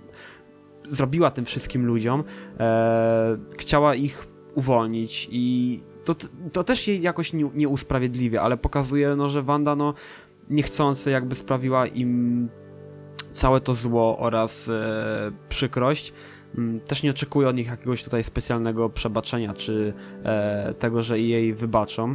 zrobiła tym wszystkim ludziom, e, chciała ich uwolnić i to, to też jej jakoś nie, nie usprawiedliwia, ale pokazuje, no, że Wanda no, niechcący jakby sprawiła im całe to zło oraz e, przykrość, Też nie oczekuję od nich jakiegoś tutaj specjalnego przebaczenia, czy e, tego, że jej wybaczą.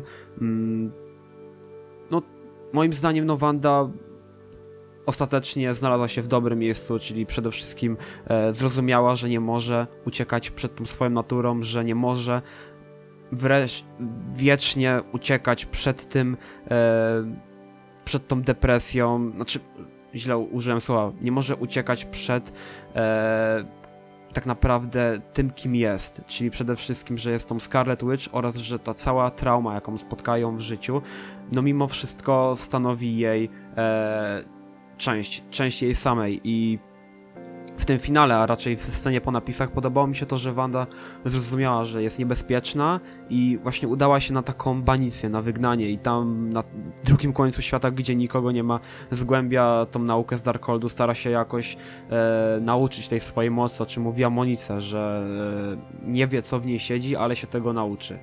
No, moim zdaniem, no Wanda ostatecznie znalazła się w dobrym miejscu, czyli przede wszystkim e, zrozumiała, że nie może uciekać przed tą swoją naturą, że nie może wreszcie wiecznie uciekać przed tym, e, przed tą depresją, znaczy źle użyłem słowa, nie może uciekać przed e, tak naprawdę tym, kim jest, czyli przede wszystkim, że jest tą Scarlet Witch oraz, że ta cała trauma, jaką spotkają w życiu, no mimo wszystko stanowi jej e, część, część jej samej i w tym finale, a raczej w scenie po napisach podobało mi się to, że Wanda zrozumiała, że jest niebezpieczna i właśnie udała się na taką banicję, na wygnanie i tam na drugim końcu świata, gdzie nikogo nie ma, zgłębia tą naukę z Darkholdu, stara się jakoś e, nauczyć tej swojej mocy, o czym mówiła Monice, że e, nie wie, co w niej siedzi, ale się tego nauczy.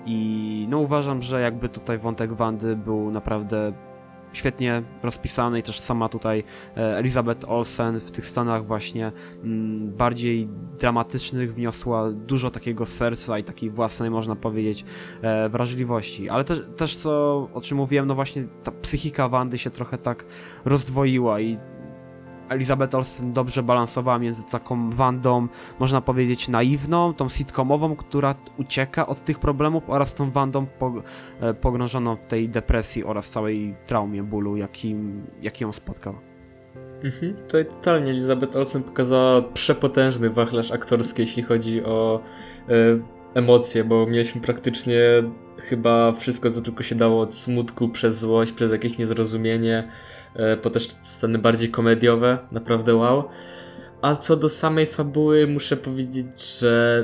I no uważam, że jakby tutaj wątek Wandy był naprawdę świetnie rozpisany i też sama tutaj Elizabeth Olsen w tych scenach właśnie m, bardziej dramatycznych wniosła dużo takiego serca i takiej własnej, można powiedzieć, e, wrażliwości. Ale też, też co, o czym mówiłem, no właśnie ta psychika Wandy się trochę tak rozdwoiła i Elizabeth Olsen dobrze balansowała między taką Wandą, można powiedzieć, naiwną, tą sitcomową, która ucieka od tych problemów, oraz tą Wandą pogrążoną w tej depresji oraz całej traumie, bólu, jakim, jaki ją spotkał. Mhm. Tutaj totalnie Elizabeth Olsen pokazała przepotężny wachlarz aktorski, jeśli chodzi o e, emocje, bo mieliśmy praktycznie chyba wszystko, co tylko się dało, od smutku, przez złość, przez jakieś niezrozumienie, po też sceny bardziej komediowe, naprawdę wow. A co do samej fabuły, muszę powiedzieć, że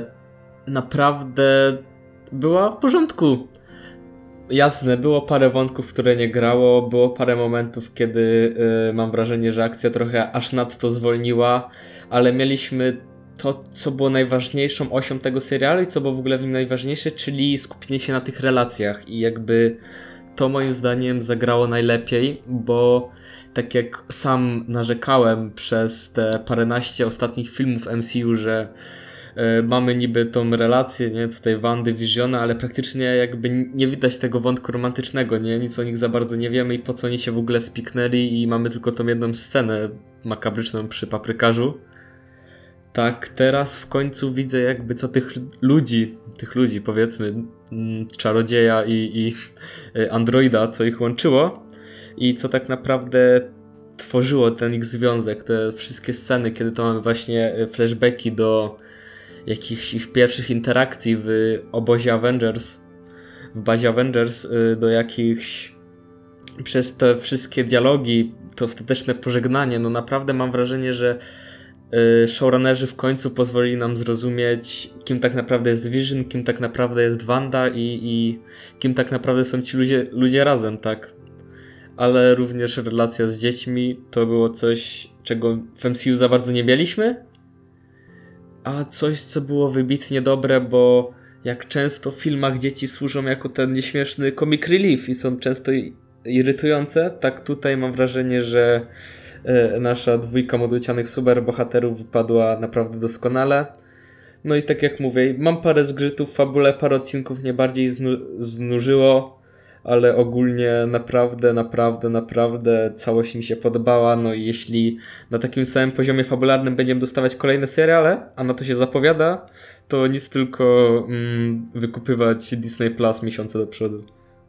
naprawdę była w porządku. Jasne, było parę wątków, które nie grało, było parę momentów, kiedy yy, mam wrażenie, że akcja trochę aż nadto zwolniła, ale mieliśmy to, co było najważniejszą osią tego serialu i co było w ogóle w nim najważniejsze, czyli skupienie się na tych relacjach i jakby to moim zdaniem zagrało najlepiej, bo tak jak sam narzekałem przez te paręnaście ostatnich filmów M C U, że y, mamy niby tą relację, nie, tutaj Wandy, Visiona, ale praktycznie jakby nie widać tego wątku romantycznego, nie, nic o nich za bardzo nie wiemy i po co oni się w ogóle spiknęli i mamy tylko tą jedną scenę makabryczną przy paprykarzu. Tak, teraz w końcu widzę jakby co tych ludzi, tych ludzi powiedzmy, czarodzieja i, i androida, co ich łączyło i co tak naprawdę tworzyło ten ich związek, te wszystkie sceny, kiedy to mamy właśnie flashbacki do jakichś ich pierwszych interakcji w obozie Avengers, w bazie Avengers, do jakichś przez te wszystkie dialogi, to ostateczne pożegnanie, no naprawdę mam wrażenie, że showrunnerzy w końcu pozwolili nam zrozumieć, kim tak naprawdę jest Vision, kim tak naprawdę jest Wanda i, i kim tak naprawdę są ci ludzie, ludzie razem, tak? Ale również relacja z dziećmi to było coś, czego w M C U za bardzo nie mieliśmy, a coś, co było wybitnie dobre, bo jak często w filmach dzieci służą jako ten nieśmieszny comic relief i są często irytujące, tak tutaj mam wrażenie, że nasza dwójka modlicianych superbohaterów wypadła naprawdę doskonale. No i tak jak mówię, mam parę zgrzytów w fabule, parę odcinków mnie bardziej znu- znużyło, ale ogólnie naprawdę, naprawdę, naprawdę całość mi się podobała. No i jeśli na takim samym poziomie fabularnym będziemy dostawać kolejne seriale, a na to się zapowiada, to nic tylko mm, wykupywać Disney Plus miesiące do przodu.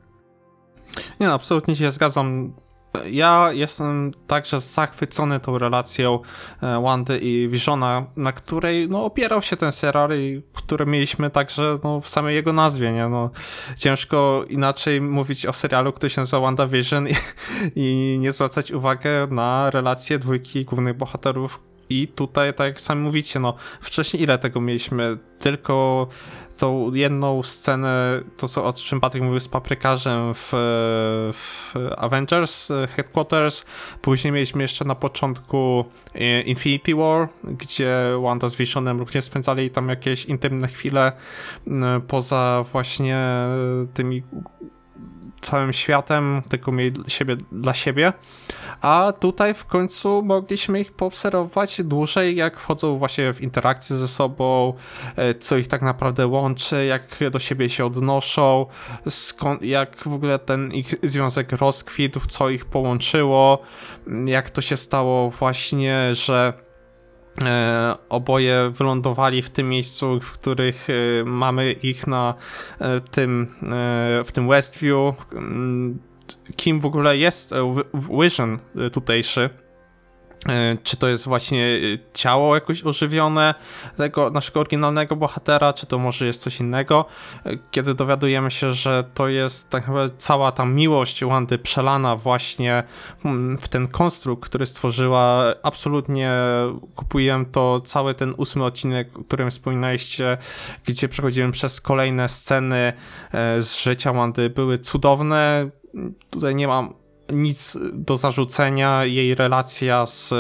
Nie no, absolutnie się zgadzam. Ja jestem także zachwycony tą relacją Wandy i Visiona, na której no, opierał się ten serial i który mieliśmy także no, w samej jego nazwie, nie? No, ciężko inaczej mówić o serialu, który się nazywa WandaVision i, i nie zwracać uwagi na relacje dwójki głównych bohaterów. I tutaj, tak jak sami mówicie, no wcześniej ile tego mieliśmy? Tylko tą jedną scenę, to co, o czym Patryk mówił z paprykarzem w, w Avengers Headquarters. Później mieliśmy jeszcze na początku Infinity War, gdzie Wanda z Visionem również spędzali tam jakieś intymne chwile poza właśnie tymi całym światem, tylko mieli siebie dla siebie, a tutaj w końcu mogliśmy ich poobserwować dłużej, jak wchodzą właśnie w interakcję ze sobą, co ich tak naprawdę łączy, jak do siebie się odnoszą, skąd, jak w ogóle ten ich związek rozkwitł, co ich połączyło, jak to się stało właśnie, że E, oboje wylądowali w tym miejscu, w których e, mamy ich na e, tym, e, w tym Westview. Kim w ogóle jest Vision tutejszy? Czy to jest właśnie ciało jakoś ożywione tego naszego oryginalnego bohatera, czy to może jest coś innego? Kiedy dowiadujemy się, że to jest tak naprawdę cała ta miłość Wandy przelana właśnie w ten konstrukt, który stworzyła, absolutnie kupuję to, cały ten ósmy odcinek, o którym wspominaliście, gdzie przechodzimy przez kolejne sceny z życia Wandy, były cudowne. Tutaj nie mam nic do zarzucenia, jej relacja z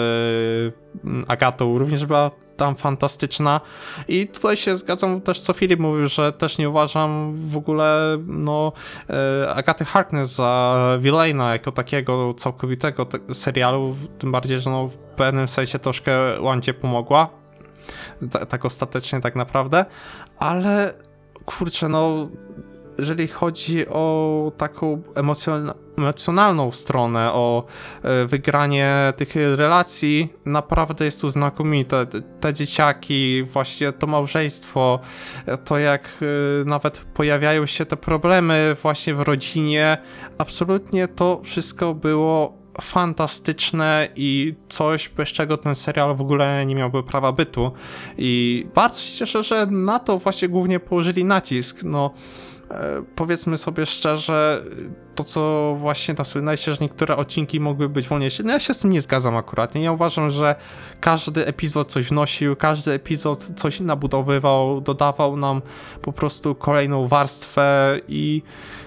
Agatą również była tam fantastyczna i tutaj się zgadzam też, co Filip mówił, że też nie uważam w ogóle no Agaty Harkness za villaina jako takiego całkowitego te- serialu, tym bardziej, że no w pewnym sensie troszkę Wandzie pomogła, T- tak ostatecznie tak naprawdę, ale kurczę, no jeżeli chodzi o taką emocjon- emocjonalną stronę, o e, wygranie tych relacji, naprawdę jest tu znakomite. Te, te dzieciaki, właśnie to małżeństwo, to jak e, nawet pojawiają się te problemy właśnie w rodzinie, absolutnie to wszystko było fantastyczne i coś, bez czego ten serial w ogóle nie miałby prawa bytu. I bardzo się cieszę, że na to właśnie głównie położyli nacisk. No, e, powiedzmy sobie szczerze, to co właśnie nasłynęliście, że niektóre odcinki mogły być wolniejsze, no ja się z tym nie zgadzam akurat. Ja uważam, że każdy epizod coś wnosił, każdy epizod coś nabudowywał, dodawał nam po prostu kolejną warstwę i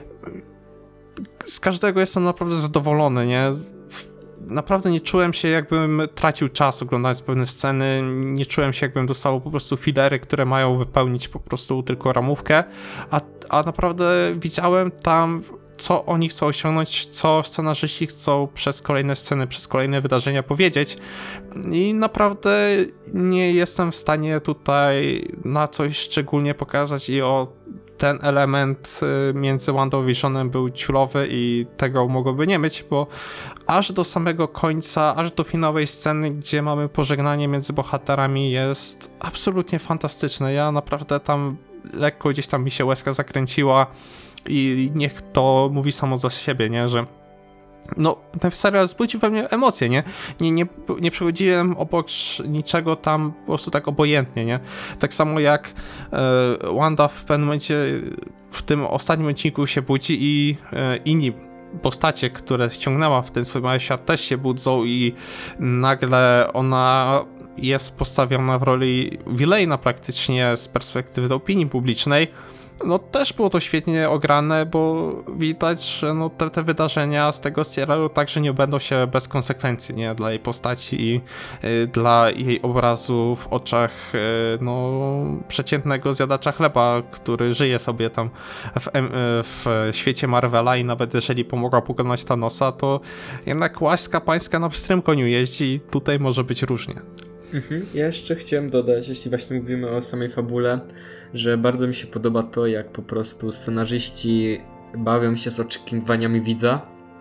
z każdego jestem naprawdę zadowolony, nie? Naprawdę nie czułem się, jakbym tracił czas oglądając pewne sceny, nie czułem się, jakbym dostał po prostu filery, które mają wypełnić po prostu tylko ramówkę, a, a naprawdę widziałem tam, co oni chcą osiągnąć, co scenarzyści chcą przez kolejne sceny, przez kolejne wydarzenia powiedzieć i naprawdę nie jestem w stanie tutaj na coś szczególnie pokazać i o ten element między WandaVisionem był ciulowy i tego mogłoby nie być, bo aż do samego końca, aż do finałowej sceny, gdzie mamy pożegnanie między bohaterami, jest absolutnie fantastyczne. Ja naprawdę tam lekko gdzieś tam mi się łezka zakręciła i niech to mówi samo za siebie, nie, że no, ten serial wzbudził we mnie emocje, nie? Nie, nie, nie przechodziłem obok niczego tam po prostu tak obojętnie, nie? Tak samo jak e, Wanda w pewnym momencie w tym ostatnim odcinku się budzi i e, inni postacie, które ściągnęła w ten swój mały świat, też się budzą i nagle ona jest postawiona w roli villaina praktycznie z perspektywy opinii publicznej. No też było to świetnie ograne, bo widać, że no te, te wydarzenia z tego serialu także nie będą się bez konsekwencji, nie? Dla jej postaci i y, dla jej obrazu w oczach y, no przeciętnego zjadacza chleba, który żyje sobie tam w, y, w świecie Marvela i nawet jeżeli pomogła pokonać Thanosa, to jednak łaska pańska na pstrym koniu jeździ i tutaj może być różnie. Mhm. Ja jeszcze chciałem dodać, jeśli właśnie mówimy o samej fabule, że bardzo mi się podoba to, jak po prostu scenarzyści bawią się z oczekiwaniami widza.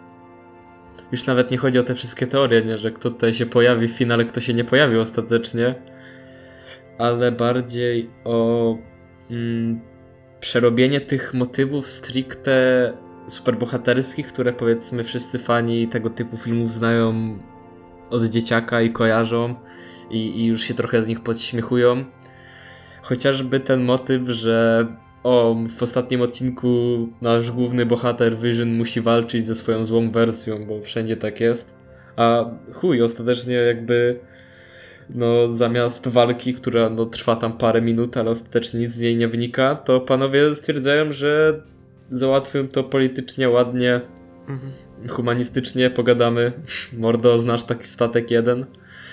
Już nawet nie chodzi o te wszystkie teorie, nie, że kto tutaj się pojawi w finale, kto się nie pojawi ostatecznie, ale bardziej o mm, przerobienie tych motywów stricte superbohaterskich, które powiedzmy wszyscy fani tego typu filmów znają od dzieciaka i kojarzą. I, I już się trochę z nich podśmiechują. Chociażby ten motyw, że o, w ostatnim odcinku nasz główny bohater Vision musi walczyć ze swoją złą wersją, bo wszędzie tak jest. A chuj, ostatecznie jakby no zamiast walki, która no, trwa tam parę minut, ale ostatecznie nic z niej nie wynika, to panowie stwierdzają, że załatwią to politycznie, ładnie, mhm. humanistycznie, pogadamy. Mordo, znasz taki statek jeden?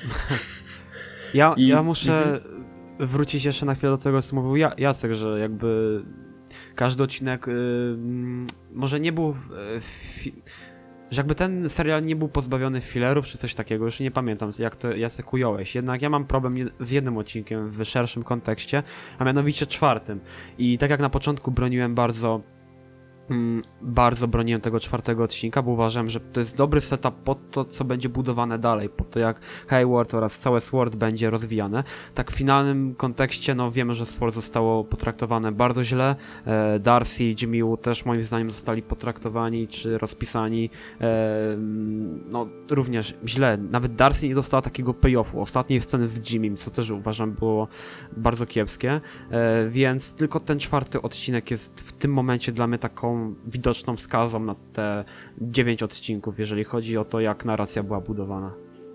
Ja, I, ja muszę mhm. wrócić jeszcze na chwilę do tego, co mówił Jacek, że jakby każdy odcinek yy, może nie był... Yy, fi- że jakby ten serial nie był pozbawiony fillerów czy coś takiego, już nie pamiętam jak to Jacek ująłeś, jednak ja mam problem z jednym odcinkiem w szerszym kontekście, a mianowicie czwartym. I tak jak na początku broniłem bardzo Mm, bardzo broniłem tego czwartego odcinka, bo uważam, że to jest dobry setup pod to, co będzie budowane dalej, pod to jak Hayward oraz całe SWORD będzie rozwijane. Tak w finalnym kontekście, no wiemy, że SWORD zostało potraktowane bardzo źle, e, Darcy i Jimmy Woo też moim zdaniem zostali potraktowani czy rozpisani e, no również źle. Nawet Darcy nie dostała takiego payoffu ostatniej sceny z Jimmym, co też uważam było bardzo kiepskie, e, więc tylko ten czwarty odcinek jest w tym momencie dla mnie taką widoczną wskazą na te dziewięć odcinków, jeżeli chodzi o to, jak narracja była budowana.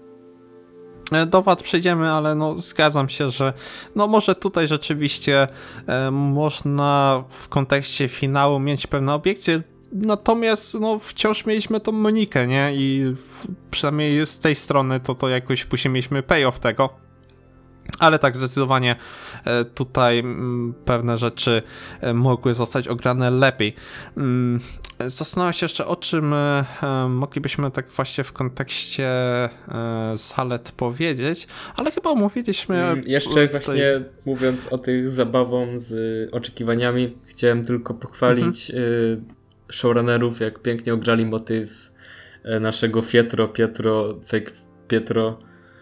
Do wad przejdziemy, ale no zgadzam się, że no może tutaj rzeczywiście e, można w kontekście finału mieć pewne obiekcje, natomiast no wciąż mieliśmy tą Monikę, nie? I w, przynajmniej z tej strony to to jakoś później mieliśmy payoff tego. Ale tak, zdecydowanie tutaj pewne rzeczy mogły zostać ograne lepiej. Zastanawiam się jeszcze, o czym moglibyśmy tak właśnie w kontekście zalet powiedzieć, ale chyba omówiliśmy... Jeszcze tutaj... właśnie mówiąc o tych zabawą z oczekiwaniami, chciałem tylko pochwalić mhm. showrunnerów, jak pięknie ograli motyw naszego Pietro, Pietro, fake Pietro,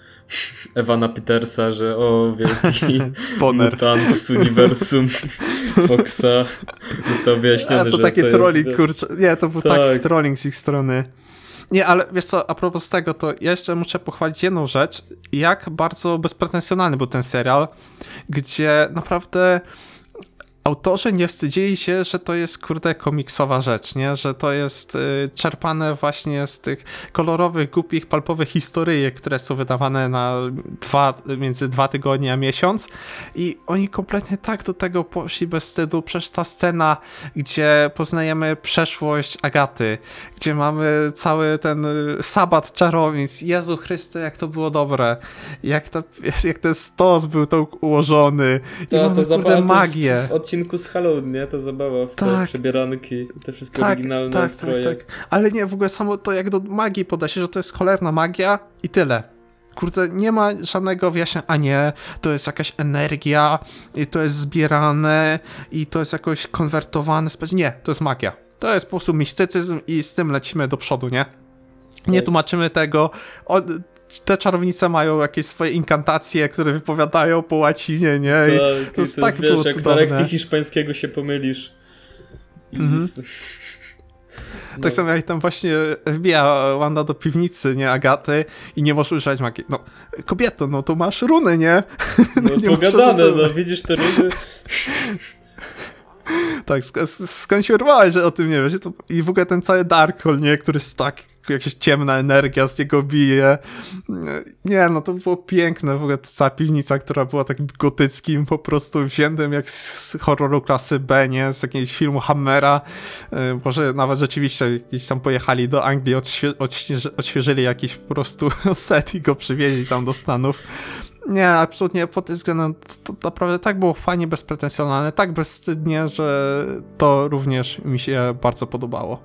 Ewana Petersa, że o, wielki mutant z uniwersum Foxa został wyjaśniony, A to że taki to trolling, jest... kurczę. Nie, to był tak. taki trolling z ich strony. Nie, ale wiesz co, a propos tego, to ja jeszcze muszę pochwalić jedną rzecz, jak bardzo bezpretensjonalny był ten serial, gdzie naprawdę autorzy nie wstydzili się, że to jest, kurde, komiksowa rzecz, nie? Że to jest y, czerpane właśnie z tych kolorowych, głupich, palpowych historyjek, które są wydawane na dwa, między dwa tygodnie a miesiąc i oni kompletnie tak do tego poszli bez wstydu. Przecież ta scena, gdzie poznajemy przeszłość Agaty, gdzie mamy cały ten sabat czarownic, Jezu Chryste, jak to było dobre, jak, ta, jak ten stos był to ułożony i to, mamy, to kurde, magię. W, w odcinku z Halloween, nie? Ta zabawa w tak. te przebieranki, te wszystkie tak, oryginalne tak, stroje. Tak, tak. Ale nie, w ogóle samo to jak do magii podejście, że to jest cholerna magia i tyle. Kurde, nie ma żadnego wyjaśnienia, a nie, to jest jakaś energia i to jest zbierane i to jest jakoś konwertowane. Nie, to jest magia. To jest po prostu mistycyzm i z tym lecimy do przodu, nie? Nie tak. tłumaczymy tego. O, te czarownice mają jakieś swoje inkantacje, które wypowiadają po łacinie, nie? I tak, to jest to tak wiesz, było jak cudowne. na lekcji hiszpańskiego się pomylisz. Mhm. No. Tak samo jak tam właśnie wbija Wanda do piwnicy, nie, Agaty i nie możesz używać magii. No, kobieto, no to masz runy, nie? No, nie pogadane, no widzisz te runy. Tak, sk- skąd się urwałeś, że o tym nie wiesz? To... I w ogóle ten cały Darkhold, nie, który jest tak, jakaś ciemna energia z niego bije. Nie, no to było piękne, w ogóle ta cała piwnica, która była takim gotyckim, po prostu wziętym jak z horroru klasy B, nie, z jakiegoś filmu Hammera. Może nawet rzeczywiście gdzieś tam pojechali do Anglii, odświe- odświeży- odświeżyli jakiś po prostu set i go przywieźli tam do Stanów. Nie, absolutnie pod tym względem to, to naprawdę tak było fajnie bezpretensjonalne, tak bezwstydnie, że to również mi się bardzo podobało.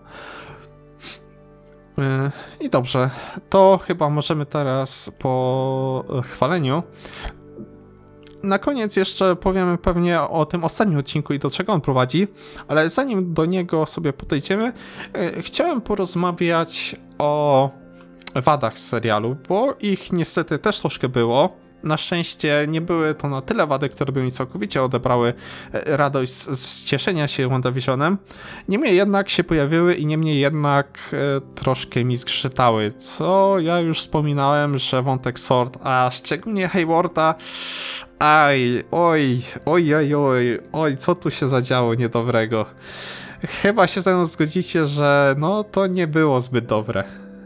I dobrze, to chyba możemy teraz po chwaleniu. Na koniec jeszcze powiemy pewnie o tym ostatnim odcinku i do czego on prowadzi, ale zanim do niego sobie podejdziemy, chciałem porozmawiać o wadach serialu, bo ich niestety też troszkę było. Na szczęście nie były to na tyle wady, które by mi całkowicie odebrały radość z, z cieszenia się WandaVisionem. Niemniej jednak się pojawiły i niemniej jednak e, troszkę mi zgrzytały, co ja już wspominałem, że wątek Sword, a szczególnie Haywarda, aj, oj, oj, oj, oj, oj, co tu się zadziało niedobrego. Chyba się ze mną zgodzicie, że no to nie było zbyt dobre.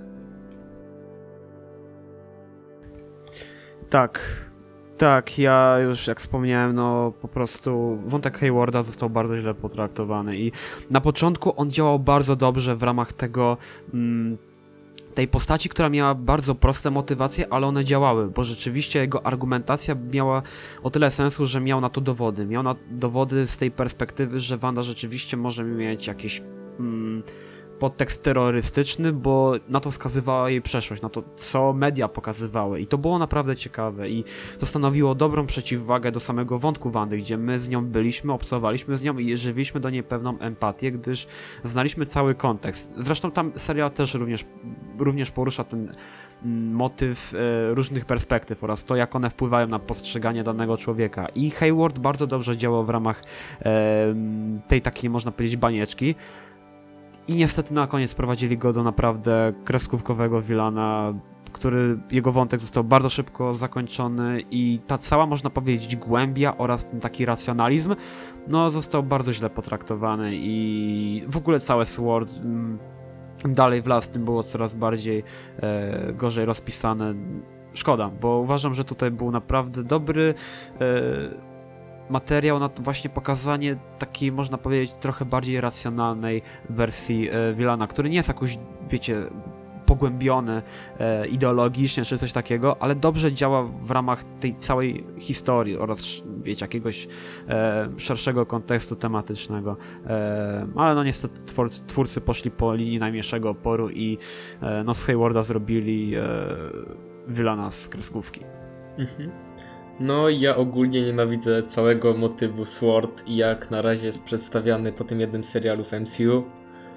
Tak, tak, ja już jak wspomniałem, no po prostu wątek Haywarda został bardzo źle potraktowany i na początku on działał bardzo dobrze w ramach tego, mm, tej postaci, która miała bardzo proste motywacje, ale one działały, bo rzeczywiście jego argumentacja miała o tyle sensu, że miał na to dowody. Miał na dowody z tej perspektywy, że Wanda rzeczywiście może mieć jakiś mm, podtekst terrorystyczny, bo na to wskazywała jej przeszłość, na to, co media pokazywały. I to było naprawdę ciekawe i to stanowiło dobrą przeciwwagę do samego wątku Wandy, gdzie my z nią byliśmy, obcowaliśmy z nią i żywiliśmy do niej pewną empatię, gdyż znaliśmy cały kontekst. Zresztą tam serial też również, również porusza ten motyw e, różnych perspektyw oraz to, jak one wpływają na postrzeganie danego człowieka. I Hayward bardzo dobrze działał w ramach e, tej takiej, można powiedzieć, banieczki. I niestety na koniec sprowadzili go do naprawdę kreskówkowego vilana, który, jego wątek został bardzo szybko zakończony i ta cała, można powiedzieć, głębia oraz ten taki racjonalizm, no został bardzo źle potraktowany i w ogóle całe Sword m, dalej w las tym było coraz bardziej e, gorzej rozpisane. Szkoda, bo uważam, że tutaj był naprawdę dobry e, materiał na to właśnie pokazanie takiej, można powiedzieć, trochę bardziej racjonalnej wersji e, Villana, który nie jest jakoś, wiecie, pogłębiony e, ideologicznie czy coś takiego, ale dobrze działa w ramach tej całej historii oraz, wiecie, jakiegoś e, szerszego kontekstu tematycznego. E, ale no niestety twórcy, twórcy poszli po linii najmniejszego oporu i e, no z Haywarda zrobili e, Villana z kreskówki. Mhm. No, ja ogólnie nienawidzę całego motywu Sword i jak na razie jest przedstawiany po tym jednym serialu w M C U,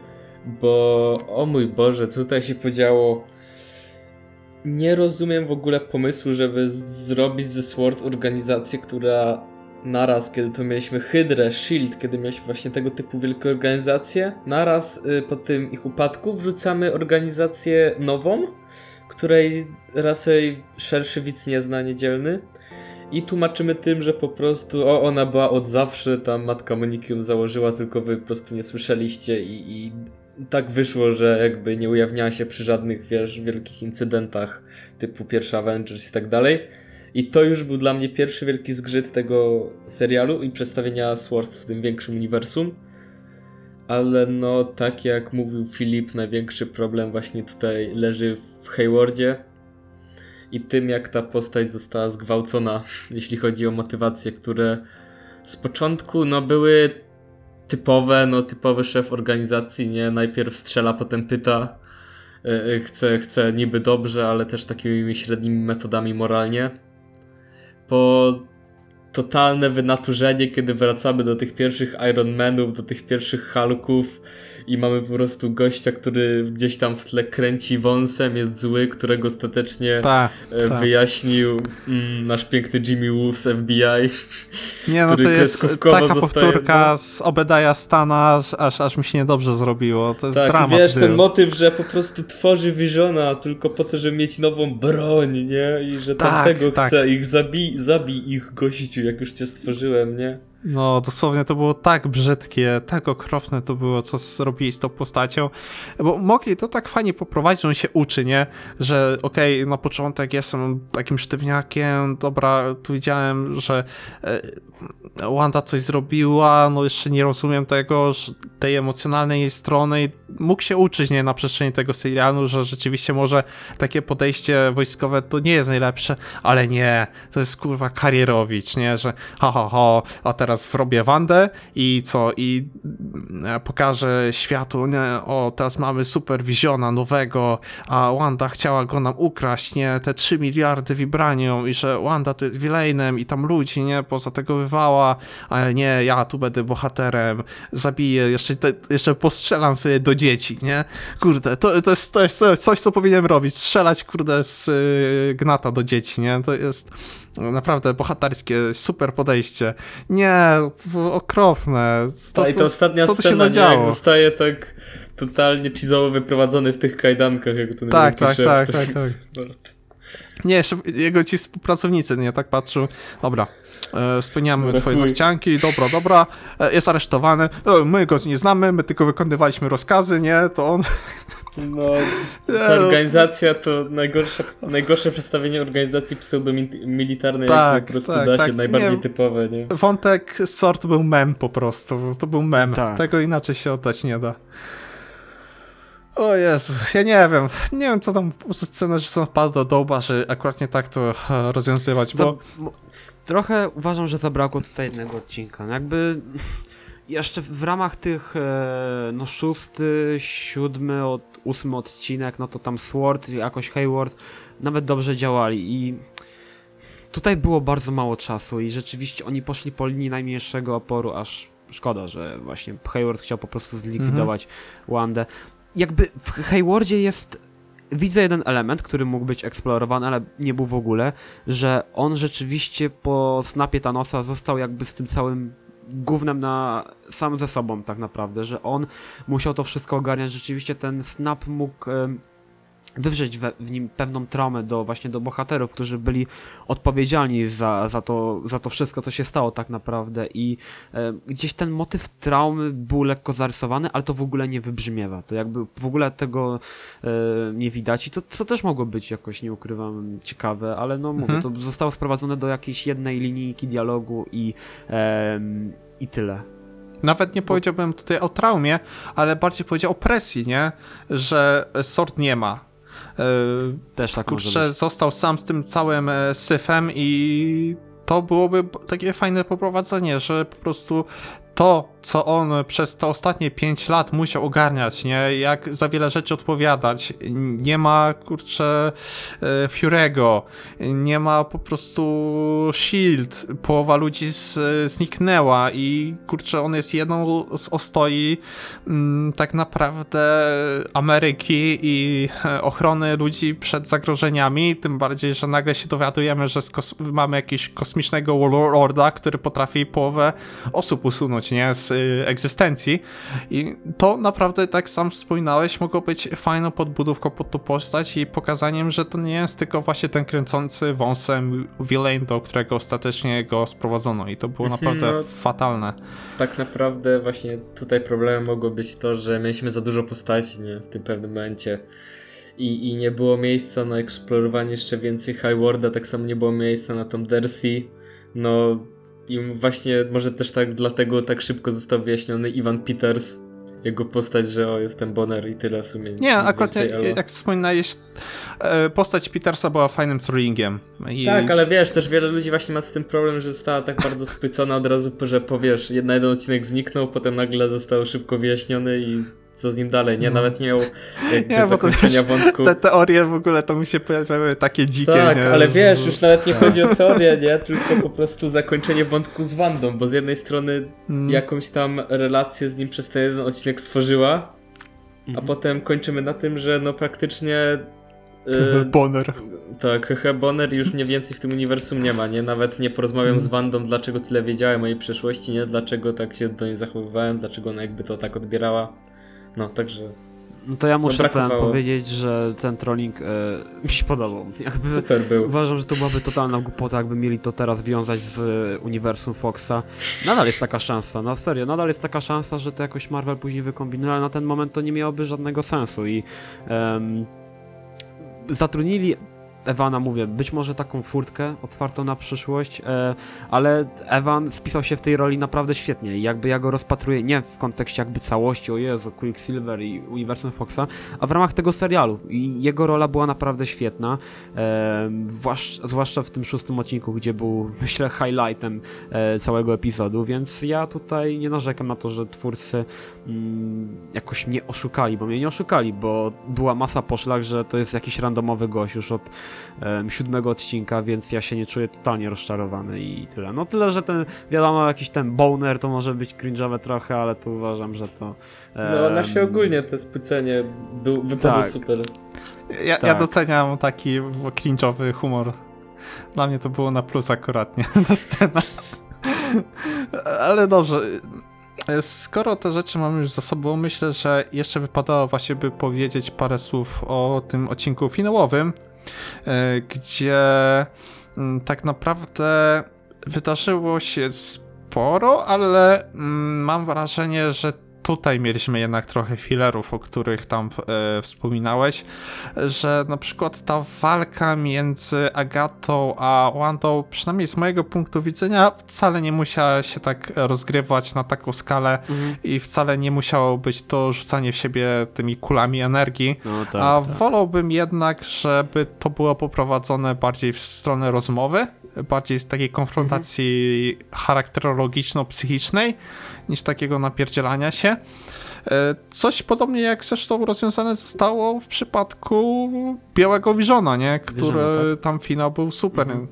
bo o mój Boże, co tutaj się podziało? Nie rozumiem w ogóle pomysłu, żeby z- zrobić ze Sword organizację, która naraz, kiedy tu mieliśmy Hydrę, Shield, kiedy mieliśmy właśnie tego typu wielkie organizacje, naraz y, po tym ich upadku wrzucamy organizację nową, której raczej szerszy widz nie zna, niedzielny. I tłumaczymy tym, że po prostu o, ona była od zawsze, tam matka Moniki ją założyła, tylko wy po prostu nie słyszeliście i, i tak wyszło, że jakby nie ujawniała się przy żadnych, wiesz, wielkich incydentach typu pierwszy Avengers i tak dalej. I to już był dla mnie pierwszy wielki zgrzyt tego serialu i przedstawienia Sword w tym większym uniwersum. Ale no, tak jak mówił Filip, największy problem właśnie tutaj leży w Haywardzie i tym, jak ta postać została zgwałcona, jeśli chodzi o motywacje, które z początku no były typowe, no typowy szef organizacji, nie? Najpierw strzela, potem pyta, yy, chce, chce niby dobrze, ale też takimi średnimi metodami moralnie. Po totalne wynaturzenie, kiedy wracamy do tych pierwszych Iron Manów, do tych pierwszych Hulków i mamy po prostu gościa, który gdzieś tam w tle kręci wąsem, jest zły, którego ostatecznie Ta, e, ta. wyjaśnił mm, nasz piękny Jimmy Woo z F B I. Nie, no który to jest kreskówkowo taka zostaje, powtórka no. z Obadiah Stana, aż, aż, aż mi się niedobrze zrobiło. To jest Tak, dramat. wiesz, ten był. motyw, że po prostu tworzy Visiona tylko po to, żeby mieć nową broń, nie? I że Tak, tamtego tak. chce ich, zabij, zabij ich, gościu, jak już cię stworzyłem, nie? No, dosłownie to było tak brzydkie, tak okropne to było, co zrobili z tą postacią, bo mogli to tak fajnie poprowadzić, że on się uczy, nie? Że okej, okay, na początek jestem takim sztywniakiem, dobra, tu widziałem, że e, Wanda coś zrobiła, no jeszcze nie rozumiem tego, że tej emocjonalnej jej strony i mógł się uczyć, nie? Na przestrzeni tego serialu, że rzeczywiście może takie podejście wojskowe to nie jest najlepsze, ale nie, to jest kurwa karierowicz, nie? Że ha, ha, ha, a teraz wrobię Wandę i co? I pokażę światu, nie? O, teraz mamy super Visiona nowego, a Wanda chciała go nam ukraść, nie? Te trzy miliardy vibranium i że Wanda to jest villainem i tam ludzi, nie? Poza tego wywała, ale nie, ja tu będę bohaterem, zabiję, jeszcze, te, jeszcze postrzelam sobie do dzieci, nie? Kurde, to, to, jest, to jest coś, co powinienem robić, strzelać, kurde, z y, gnata do dzieci, nie? To jest naprawdę bohaterskie, super podejście. Nie, to było okropne. To, A i to ostatnia co tu się scena, nie, zadziało? jak zostaje tak totalnie cheese'owo wyprowadzony w tych kajdankach, jak ten Tak, wielki tak, szef. tak, to tak, jest- Nie, jeszcze jego ci współpracownicy, nie, tak patrzą, dobra, e, spełniamy Dobra, twoje chuj. zachcianki, dobra, dobra, e, jest aresztowany, e, my go nie znamy, my tylko wykonywaliśmy rozkazy, nie, to on... No, Nie, ta no. organizacja to najgorsze, najgorsze przedstawienie organizacji pseudomilitarnej, Tak, jakie po prostu tak, da tak, się, najbardziej nie. typowe, nie? Wątek Sword to był mem po prostu, to był mem, Tak. tego inaczej się oddać nie da. O Jezu, ja nie wiem, nie wiem co tam po prostu scenarzystom wpadł do dołba, że akurat nie tak to e, rozwiązywać, bo... Za, trochę uważam, że zabrakło tutaj jednego odcinka, no jakby jeszcze w ramach tych e, no szósty, siódmy, od, ósmy odcinek, no to tam Sword, jakoś Hayward nawet dobrze działali i tutaj było bardzo mało czasu i rzeczywiście oni poszli po linii najmniejszego oporu, aż szkoda, że właśnie Hayward chciał po prostu zlikwidować mhm. Wandę. Jakby w Haywardzie jest, widzę jeden element, który mógł być eksplorowany, ale nie był w ogóle, że on rzeczywiście po snapie Thanosa został jakby z tym całym gównem na sam ze sobą tak naprawdę, że on musiał to wszystko ogarniać, rzeczywiście ten snap mógł em, wywrzeć we, w nim pewną traumę do właśnie do bohaterów, którzy byli odpowiedzialni za, za, to, za to wszystko, co się stało tak naprawdę i e, gdzieś ten motyw traumy był lekko zarysowany, ale to w ogóle nie wybrzmiewa, to jakby w ogóle tego e, nie widać i to co też mogło być jakoś, nie ukrywam, ciekawe, ale no mówię, Mhm. to zostało sprowadzone do jakiejś jednej linijki dialogu i, e, i tyle. Nawet nie powiedziałbym tutaj o traumie, ale bardziej powiedział o presji, nie? Że Sword nie ma. Też tak może Kurczę, być. został sam z tym całym e, syfem i to byłoby b- takie fajne poprowadzenie, że po prostu to, co on przez te ostatnie pięć lat musiał ogarniać, nie? Jak za wiele rzeczy odpowiadać. Nie ma, kurczę, e, Fury'ego, nie ma po prostu Shield, połowa ludzi z, zniknęła i, kurczę, on jest jedną z ostoi m, tak naprawdę Ameryki i e, ochrony ludzi przed zagrożeniami, tym bardziej, że nagle się dowiadujemy, że z kos- mamy jakiegoś kosmicznego Lorda, który potrafi połowę osób usunąć, nie, z y, egzystencji i to naprawdę, tak sam wspominałeś, mogło być fajną podbudówką pod tą postać i pokazaniem, że to nie jest tylko właśnie ten kręcący wąsem villain, do którego ostatecznie go sprowadzono i to było naprawdę no, fatalne. Tak naprawdę właśnie tutaj problemem mogło być to, że mieliśmy za dużo postaci, nie, w tym pewnym momencie i, i nie było miejsca na eksplorowanie jeszcze więcej Haywarda, tak samo nie było miejsca na tą Darcy, no i właśnie może też tak dlatego tak szybko został wyjaśniony Ivan Peters, jego postać, że o, jestem Bonner i tyle w sumie. Nie, akurat więcej, jak, ale... jak wspominałeś, postać Petersa była fajnym thrillingiem. I... Tak, ale wiesz, też wiele ludzi właśnie ma z tym problem, że została tak bardzo spłycona od razu, że powiesz, jedna jeden odcinek zniknął, potem nagle został szybko wyjaśniony i co z nim dalej, nie? Nawet nie miał jakby nie, zakończenia bo to, wątku. Te teorie w ogóle to mi się pojawiały takie dzikie. Tak, nie? ale wiesz, już nawet nie chodzi o teorię, nie? Tylko po prostu zakończenie wątku z Wandą, bo z jednej strony Mm. jakąś tam relację z nim przez ten jeden odcinek stworzyła, Mhm. a potem kończymy na tym, że no praktycznie yy, Bonner. tak, hehe, Bonner już mniej więcej w tym uniwersum nie ma, nie? Nawet nie porozmawiam z Wandą, dlaczego tyle wiedziałem o jej przeszłości, nie? Dlaczego tak się do niej zachowywałem, dlaczego ona jakby to tak odbierała. No, także... No to ja muszę No, ten brakowało. powiedzieć, że ten trolling e, mi się podobał. Jakby Super był. uważam, że to byłaby totalna głupota, jakby mieli to teraz wiązać z e, uniwersum Foxa. Nadal jest taka szansa, na serio, nadal jest taka szansa, że to jakoś Marvel później wykombinuje, ale na ten moment to nie miałoby żadnego sensu i em, zatrudnili Evana, mówię, być może taką furtkę otwartą na przyszłość, e, ale Evan spisał się w tej roli naprawdę świetnie i jakby ja go rozpatruję nie w kontekście jakby całości, o Jezu, Quicksilver i uniwersum Foxa, a w ramach tego serialu i jego rola była naprawdę świetna, e, zwłasz, zwłaszcza w tym szóstym odcinku, gdzie był, myślę, highlightem e, całego epizodu, więc ja tutaj nie narzekam na to, że twórcy mm, jakoś mnie oszukali, bo mnie nie oszukali, bo była masa poszlak, że to jest jakiś randomowy gość już od um, siódmego odcinka, więc ja się nie czuję totalnie rozczarowany i tyle. No tyle, że ten, wiadomo, jakiś ten boner to może być cringe'owe trochę, ale tu uważam, że to... Um, No, na się ogólnie to spłycenie był, wypadło Tak. super. Ja, ja Tak. doceniam taki cringe'owy humor. Dla mnie to było na plus akurat, nie? Ta scena. Ale dobrze. Skoro te rzeczy mamy już za sobą, myślę, że jeszcze wypadało właśnie by powiedzieć parę słów o tym odcinku finałowym, gdzie tak naprawdę wydarzyło się sporo, ale mam wrażenie, że tutaj mieliśmy jednak trochę fillerów, o których tam e, wspominałeś, że na przykład ta walka między Agatą a Wandą, przynajmniej z mojego punktu widzenia, wcale nie musiała się tak rozgrywać na taką skalę Mhm. i wcale nie musiało być to rzucanie w siebie tymi kulami energii, No tak, a tak. wolałbym jednak, żeby to było poprowadzone bardziej w stronę rozmowy, bardziej z takiej konfrontacji charakterologiczno-psychicznej, niż takiego napierdzielania się. E, Coś podobnie jak zresztą rozwiązane zostało w przypadku Białego Visiona, nie? Który Visiona, tam finał był super. Mhm.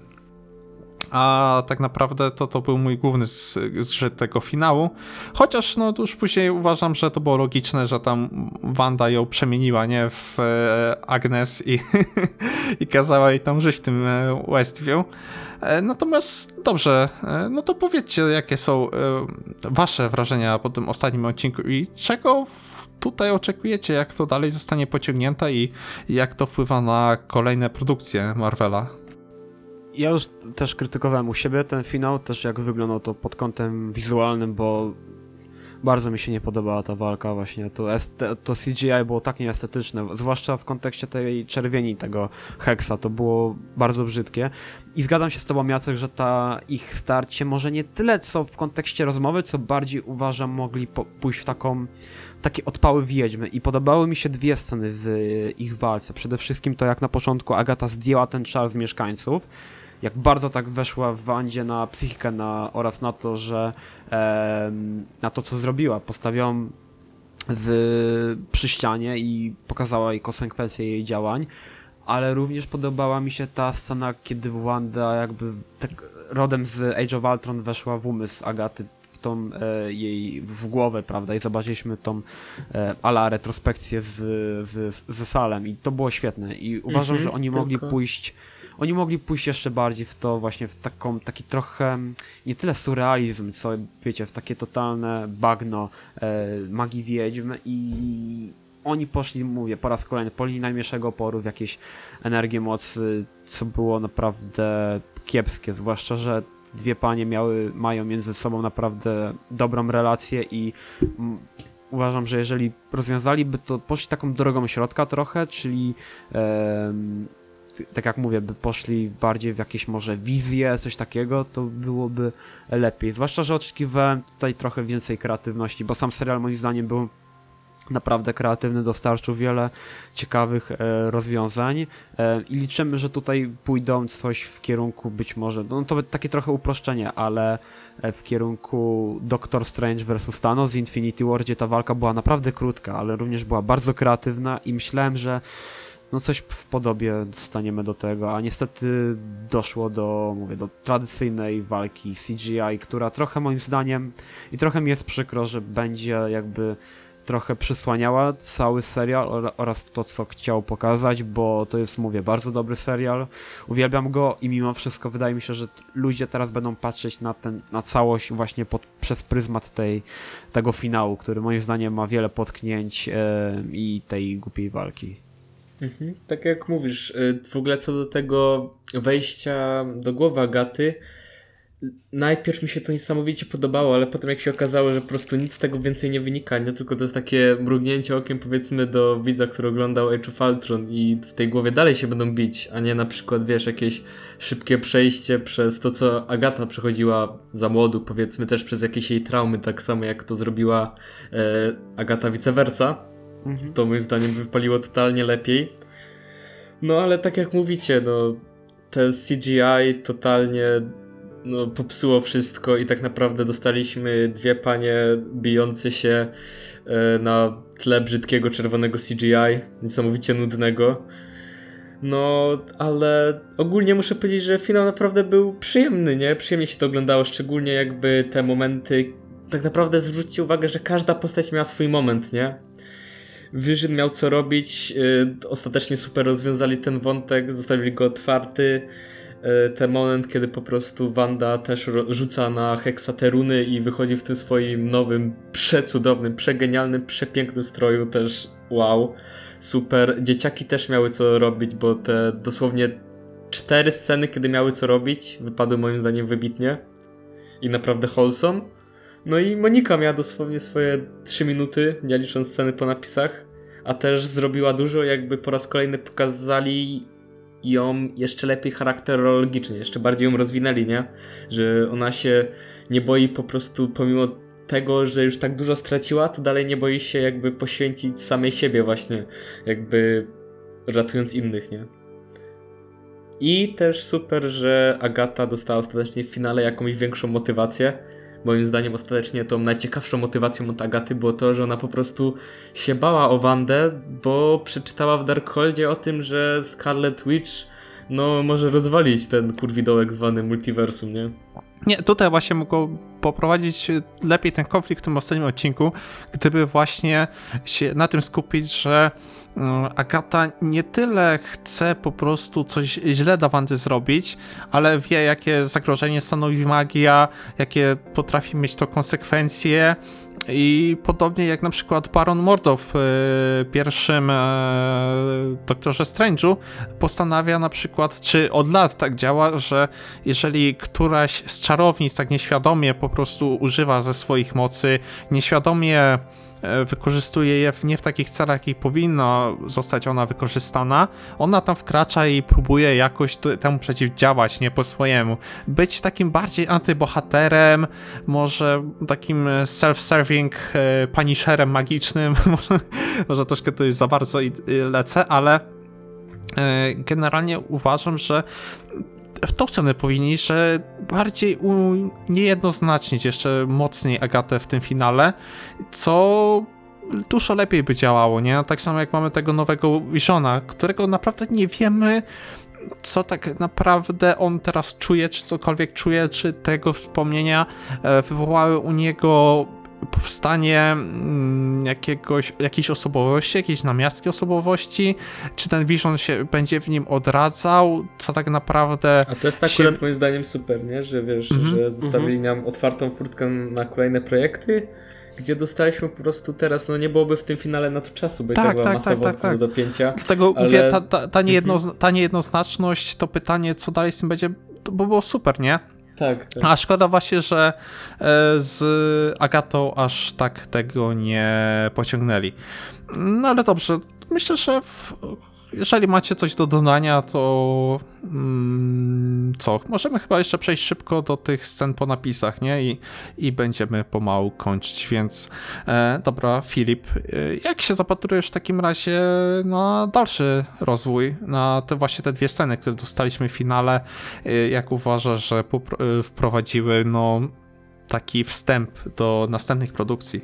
A tak naprawdę to, to był mój główny z- zgrzyt tego finału. Chociaż no to już później uważam, że to było logiczne, że tam Wanda ją przemieniła, nie? W e, Agnes i, i kazała jej tam żyć w tym e, Westview. E, Natomiast dobrze, e, no to powiedzcie, jakie są e, wasze wrażenia po tym ostatnim odcinku i czego tutaj oczekujecie, jak to dalej zostanie pociągnięte i jak to wpływa na kolejne produkcje Marvela. Ja już też krytykowałem u siebie ten finał, też jak wyglądał to pod kątem wizualnym, bo bardzo mi się nie podobała ta walka właśnie. To, este, to C G I było tak nieestetyczne, zwłaszcza w kontekście tej czerwieni tego Hexa, to było bardzo brzydkie. I zgadzam się z tobą, Jacek, że ta ich starcie może nie tyle co w kontekście rozmowy, co bardziej uważam mogli po, pójść w taką takie odpały wiedźmy i podobały mi się dwie sceny w ich walce. Przede wszystkim to, jak na początku Agata zdjęła ten czar z mieszkańców, jak bardzo tak weszła w Wandzie na psychikę na, oraz na to, że e, na to, co zrobiła. Postawiła ją w, przy ścianie i pokazała jej konsekwencje jej działań, ale również podobała mi się ta scena, kiedy Wanda jakby tak rodem z Age of Ultron weszła w umysł Agaty, w tą e, jej w głowę, prawda, i zobaczyliśmy tą e, ala retrospekcję z, z, ze Salem i to było świetne i uważam, Mhm, że oni tylko- mogli pójść Oni mogli pójść jeszcze bardziej w to właśnie, w taką, taki trochę, nie tyle surrealizm, co wiecie, w takie totalne bagno e, magii wiedźm i oni poszli, mówię, po raz kolejny, po linii najmniejszego oporu w jakieś energię mocy, co było naprawdę kiepskie, zwłaszcza, że dwie panie miały, mają między sobą naprawdę dobrą relację i mm, uważam, że jeżeli rozwiązaliby to, poszli taką drogą środka trochę, czyli em, tak jak mówię, by poszli bardziej w jakieś może wizje, coś takiego, to byłoby lepiej. Zwłaszcza, że oczekiwałem tutaj trochę więcej kreatywności, bo sam serial moim zdaniem był naprawdę kreatywny, dostarczył wiele ciekawych e, rozwiązań e, i liczymy, że tutaj pójdą coś w kierunku być może, no to takie trochę uproszczenie, ale e, w kierunku Doctor Strange versus Thanos z Infinity War, gdzie ta walka była naprawdę krótka, ale również była bardzo kreatywna i myślałem, że no coś w podobie dostaniemy do tego, a niestety doszło do, mówię, do tradycyjnej walki C G I, która trochę moim zdaniem i trochę mi jest przykro, że będzie jakby trochę przysłaniała cały serial ora- oraz to, co chciał pokazać, bo to jest, mówię, bardzo dobry serial, uwielbiam go i mimo wszystko wydaje mi się, że ludzie teraz będą patrzeć na ten, na całość właśnie pod, przez pryzmat tej, tego finału, który moim zdaniem ma wiele potknięć e, i tej głupiej walki. Mhm. Tak jak mówisz, y, w ogóle co do tego wejścia do głowy Agaty, najpierw mi się to niesamowicie podobało, ale potem jak się okazało, że po prostu nic z tego więcej nie wynika, nie tylko to jest takie mrugnięcie okiem powiedzmy do widza, który oglądał Age of Ultron i w tej głowie dalej się będą bić, a nie na przykład, wiesz, jakieś szybkie przejście przez to, co Agata przechodziła za młodu, powiedzmy też przez jakieś jej traumy, tak samo jak to zrobiła e, Agata vice versa. Mhm. To moim zdaniem wypaliło totalnie lepiej. No ale tak jak mówicie, no te C G I totalnie no, popsuło wszystko i tak naprawdę dostaliśmy dwie panie bijące się e, na tle brzydkiego czerwonego C G I, niesamowicie nudnego. No, ale ogólnie muszę powiedzieć, że finał naprawdę był przyjemny, nie? Przyjemnie się to oglądało, szczególnie jakby te momenty, tak naprawdę zwróćcie uwagę, że każda postać miała swój moment, nie? Vision miał co robić, yy, ostatecznie super rozwiązali ten wątek, zostawili go otwarty. Yy, ten moment, kiedy po prostu Wanda też ro- rzuca na Hexa te runy i wychodzi w tym swoim nowym, przecudownym, przegenialnym, przepięknym stroju, też wow, super. Dzieciaki też miały co robić, bo te dosłownie cztery sceny, kiedy miały co robić, wypadły moim zdaniem wybitnie i naprawdę wholesome. No i Monika miała dosłownie swoje trzy minuty, nie licząc sceny po napisach, a też zrobiła dużo, jakby po raz kolejny pokazali ją jeszcze lepiej charakterologicznie, jeszcze bardziej ją rozwinęli, nie? Że ona się nie boi po prostu, pomimo tego, że już tak dużo straciła, to dalej nie boi się jakby poświęcić samej siebie właśnie, jakby ratując innych, nie? I też super, że Agata dostała ostatecznie w finale jakąś większą motywację. Moim zdaniem ostatecznie tą najciekawszą motywacją od Agaty było to, że ona po prostu się bała o Wandę, bo przeczytała w Darkholdzie o tym, że Scarlet Witch no może rozwalić ten kurwidołek zwany multiversum, nie? Nie, tutaj właśnie mogło poprowadzić lepiej ten konflikt w tym ostatnim odcinku, gdyby właśnie się na tym skupić, że Agata nie tyle chce po prostu coś źle dla Wandy zrobić, ale wie, jakie zagrożenie stanowi magia, jakie potrafi mieć to konsekwencje. I podobnie jak na przykład Baron Mordo w y, pierwszym y, Doktorze Strange'u postanawia na przykład, czy od lat tak działa, że jeżeli któraś z czarownic tak nieświadomie po prostu używa ze swoich mocy, nieświadomie wykorzystuje je nie w takich celach, jakich powinna zostać ona wykorzystana, ona tam wkracza i próbuje jakoś temu przeciwdziałać, nie po swojemu. Być takim bardziej antybohaterem, może takim self-serving punisherem magicznym, może, może troszkę to już za bardzo lecę, ale generalnie uważam, że w tą stronę powinni, że bardziej uniejednoznacznić jeszcze mocniej Agatę w tym finale, co dużo lepiej by działało, nie? Tak samo jak mamy tego nowego Visiona, którego naprawdę nie wiemy, co tak naprawdę on teraz czuje, czy cokolwiek czuje, czy tego wspomnienia wywołały u niego powstanie mm, jakiegoś, jakiejś osobowości, jakiejś namiastki osobowości, czy ten Vision się będzie w nim odradzał, co tak naprawdę... A to jest akurat się... moim zdaniem super, nie? Że wiesz, mm-hmm, że zostawili mm-hmm. nam otwartą furtkę na kolejne projekty, gdzie dostaliśmy po prostu teraz, no nie byłoby w tym finale na to czasu, bo tak, i tak była tak, masa tak, wątków tak, tak. do dopięcia. Dlatego ale... mówię, ta, ta, ta, niejedno, ta niejednoznaczność, to pytanie, co dalej z tym będzie, to by było super, nie? Tak, tak. A szkoda właśnie, że z Agatą aż tak tego nie pociągnęli. No ale dobrze, myślę, że w, jeżeli macie coś do dodania, to mm, co? Możemy chyba jeszcze przejść szybko do tych scen po napisach, nie? I, i będziemy pomału kończyć, więc e, dobra, Filip, e, jak się zapatrujesz w takim razie na dalszy rozwój, na te właśnie te dwie sceny, które dostaliśmy w finale, e, jak uważasz, że popro- e, wprowadziły no taki wstęp do następnych produkcji?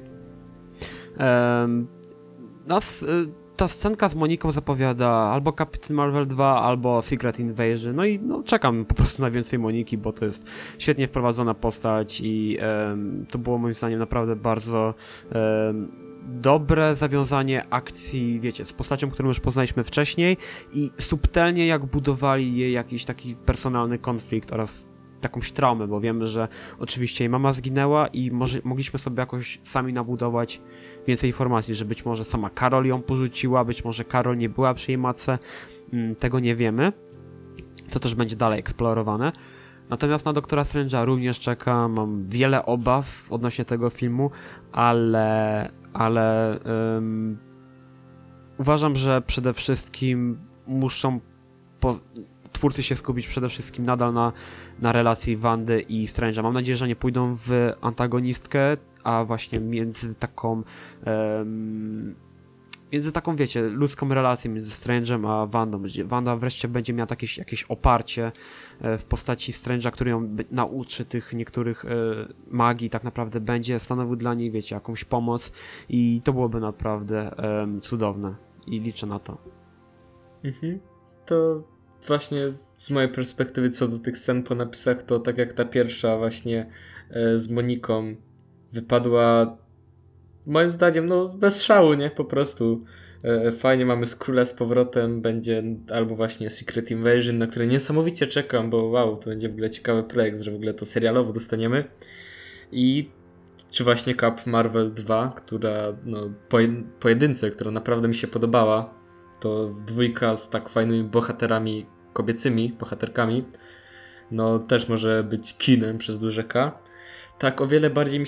Um, nas... Y- Ta scenka z Moniką zapowiada albo Captain Marvel dwa, albo Secret Invasion. No i no, czekam po prostu na więcej Moniki, bo to jest świetnie wprowadzona postać i um, to było moim zdaniem naprawdę bardzo um, dobre zawiązanie akcji, wiecie, z postacią, którą już poznaliśmy wcześniej i subtelnie jak budowali jej jakiś taki personalny konflikt oraz jakąś traumę, bo wiemy, że oczywiście jej mama zginęła i może, mogliśmy sobie jakoś sami nabudować więcej informacji, że być może sama Carol ją porzuciła, być może Carol nie była przy jej matce, tego nie wiemy, co też będzie dalej eksplorowane. Natomiast na Doktora Strange'a również czekam, mam wiele obaw odnośnie tego filmu, ale, ale um, uważam, że przede wszystkim muszą po, twórcy się skupić przede wszystkim nadal na, na relacji Wandy i Strange'a. Mam nadzieję, że nie pójdą w antagonistkę, a właśnie między taką um, między taką, wiecie, ludzką relacją między Strange'em a Wandą, gdzie Wanda wreszcie będzie miała jakieś, jakieś oparcie w postaci Strange'a, który ją nauczy tych niektórych e, magii, tak naprawdę będzie stanowił dla niej, wiecie, jakąś pomoc i to byłoby naprawdę e, cudowne i liczę na to. Mhm. To właśnie z mojej perspektywy co do tych scen po napisach, to tak jak ta pierwsza właśnie e, z Moniką wypadła moim zdaniem no bez szału, nie? Po prostu e, fajnie, mamy Skrulla z powrotem, będzie albo właśnie Secret Invasion, na który niesamowicie czekam, bo wow, to będzie w ogóle ciekawy projekt, że w ogóle to serialowo dostaniemy. I czy właśnie Cap Marvel dwa, która no pojedynce, która naprawdę mi się podobała, to dwójka z tak fajnymi bohaterami kobiecymi, bohaterkami, no też może być kinem przez duże K. Tak, o wiele bardziej mi się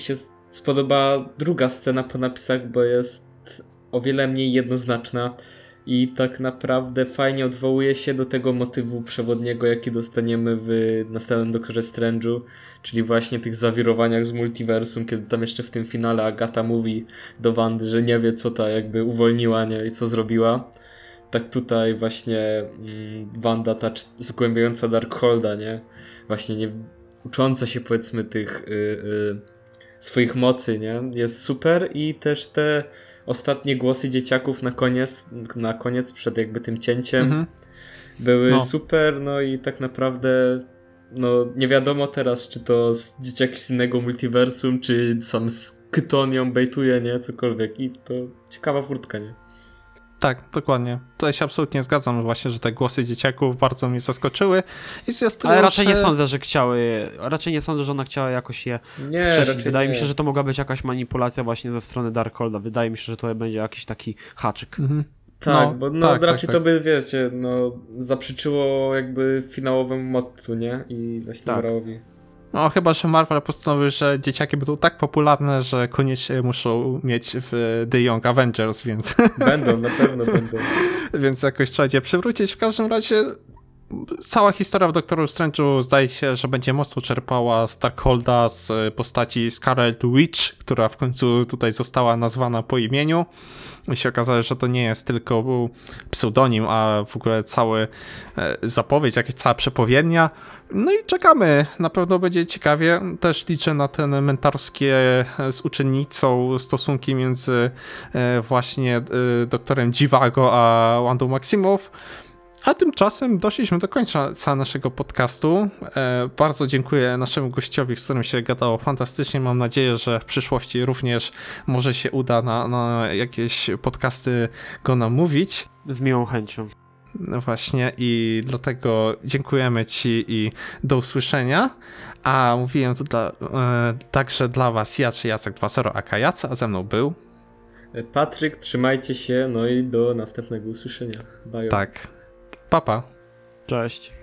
spodoba druga scena po napisach, bo jest o wiele mniej jednoznaczna i tak naprawdę fajnie odwołuje się do tego motywu przewodniego, jaki dostaniemy w następnym Doktorze Strange'u, czyli właśnie tych zawirowaniach z multiversum, kiedy tam jeszcze w tym finale Agatha mówi do Wandy, że nie wie, co ta jakby uwolniła, nie, i co zrobiła. Tak tutaj właśnie mm, Wanda, ta zgłębiająca Darkholda, nie, właśnie nie ucząca się, powiedzmy, tych y, y, swoich mocy, nie, jest super. I też te ostatnie głosy dzieciaków na koniec, na koniec przed jakby tym cięciem mhm. były no. super, no i tak naprawdę no nie wiadomo teraz, czy to dzieciaki z innego multiversum, czy sam Skton ją bejtuje, nie, cokolwiek, i to ciekawa furtka, nie. Tak, dokładnie. Tutaj się absolutnie zgadzam właśnie, że te głosy dzieciaków bardzo mnie zaskoczyły. I zwiastują, Ale raczej że... nie sądzę, że chciały, raczej nie sądzę, że ona chciała jakoś je nie, skrzesić. Wydaje nie. mi się, że to mogła być jakaś manipulacja właśnie ze strony Darkholda. Wydaje mi się, że to będzie jakiś taki haczyk. Mhm. Tak, no, bo no tak, raczej tak, to tak. by, wiecie, no zaprzeczyło jakby finałowemu mottu, nie? I właśnie tak. morałowi. No chyba, że Marvel postanowił, że dzieciaki będą tak popularne, że koniecznie muszą mieć w The Young Avengers, więc... Będą, na pewno będą. Więc jakoś trzeba je przywrócić. W każdym razie cała historia w Doktorze Strange'u zdaje się, że będzie mocno czerpała z Darkholda, z postaci Scarlet Witch, która w końcu tutaj została nazwana po imieniu. I się okazało, że to nie jest tylko pseudonim, a w ogóle cały zapowiedź, jakaś cała przepowiednia. No i czekamy. Na pewno będzie ciekawie. Też liczę na ten mentorskie z uczennicą stosunki między właśnie doktorem Dziwago a Wandą Maximow. A tymczasem doszliśmy do końca naszego podcastu. E, bardzo dziękuję naszemu gościowi, z którym się gadało fantastycznie. Mam nadzieję, że w przyszłości również może się uda na, na jakieś podcasty go namówić. Z miłą chęcią. No właśnie, i dlatego dziękujemy ci i do usłyszenia. A mówiłem to dla, e, także dla was ja, czy Jacek dwa zero, aka Jaca, a ze mną był Patryk, trzymajcie się, no i do następnego usłyszenia. Bye. Tak. Papa. Cześć.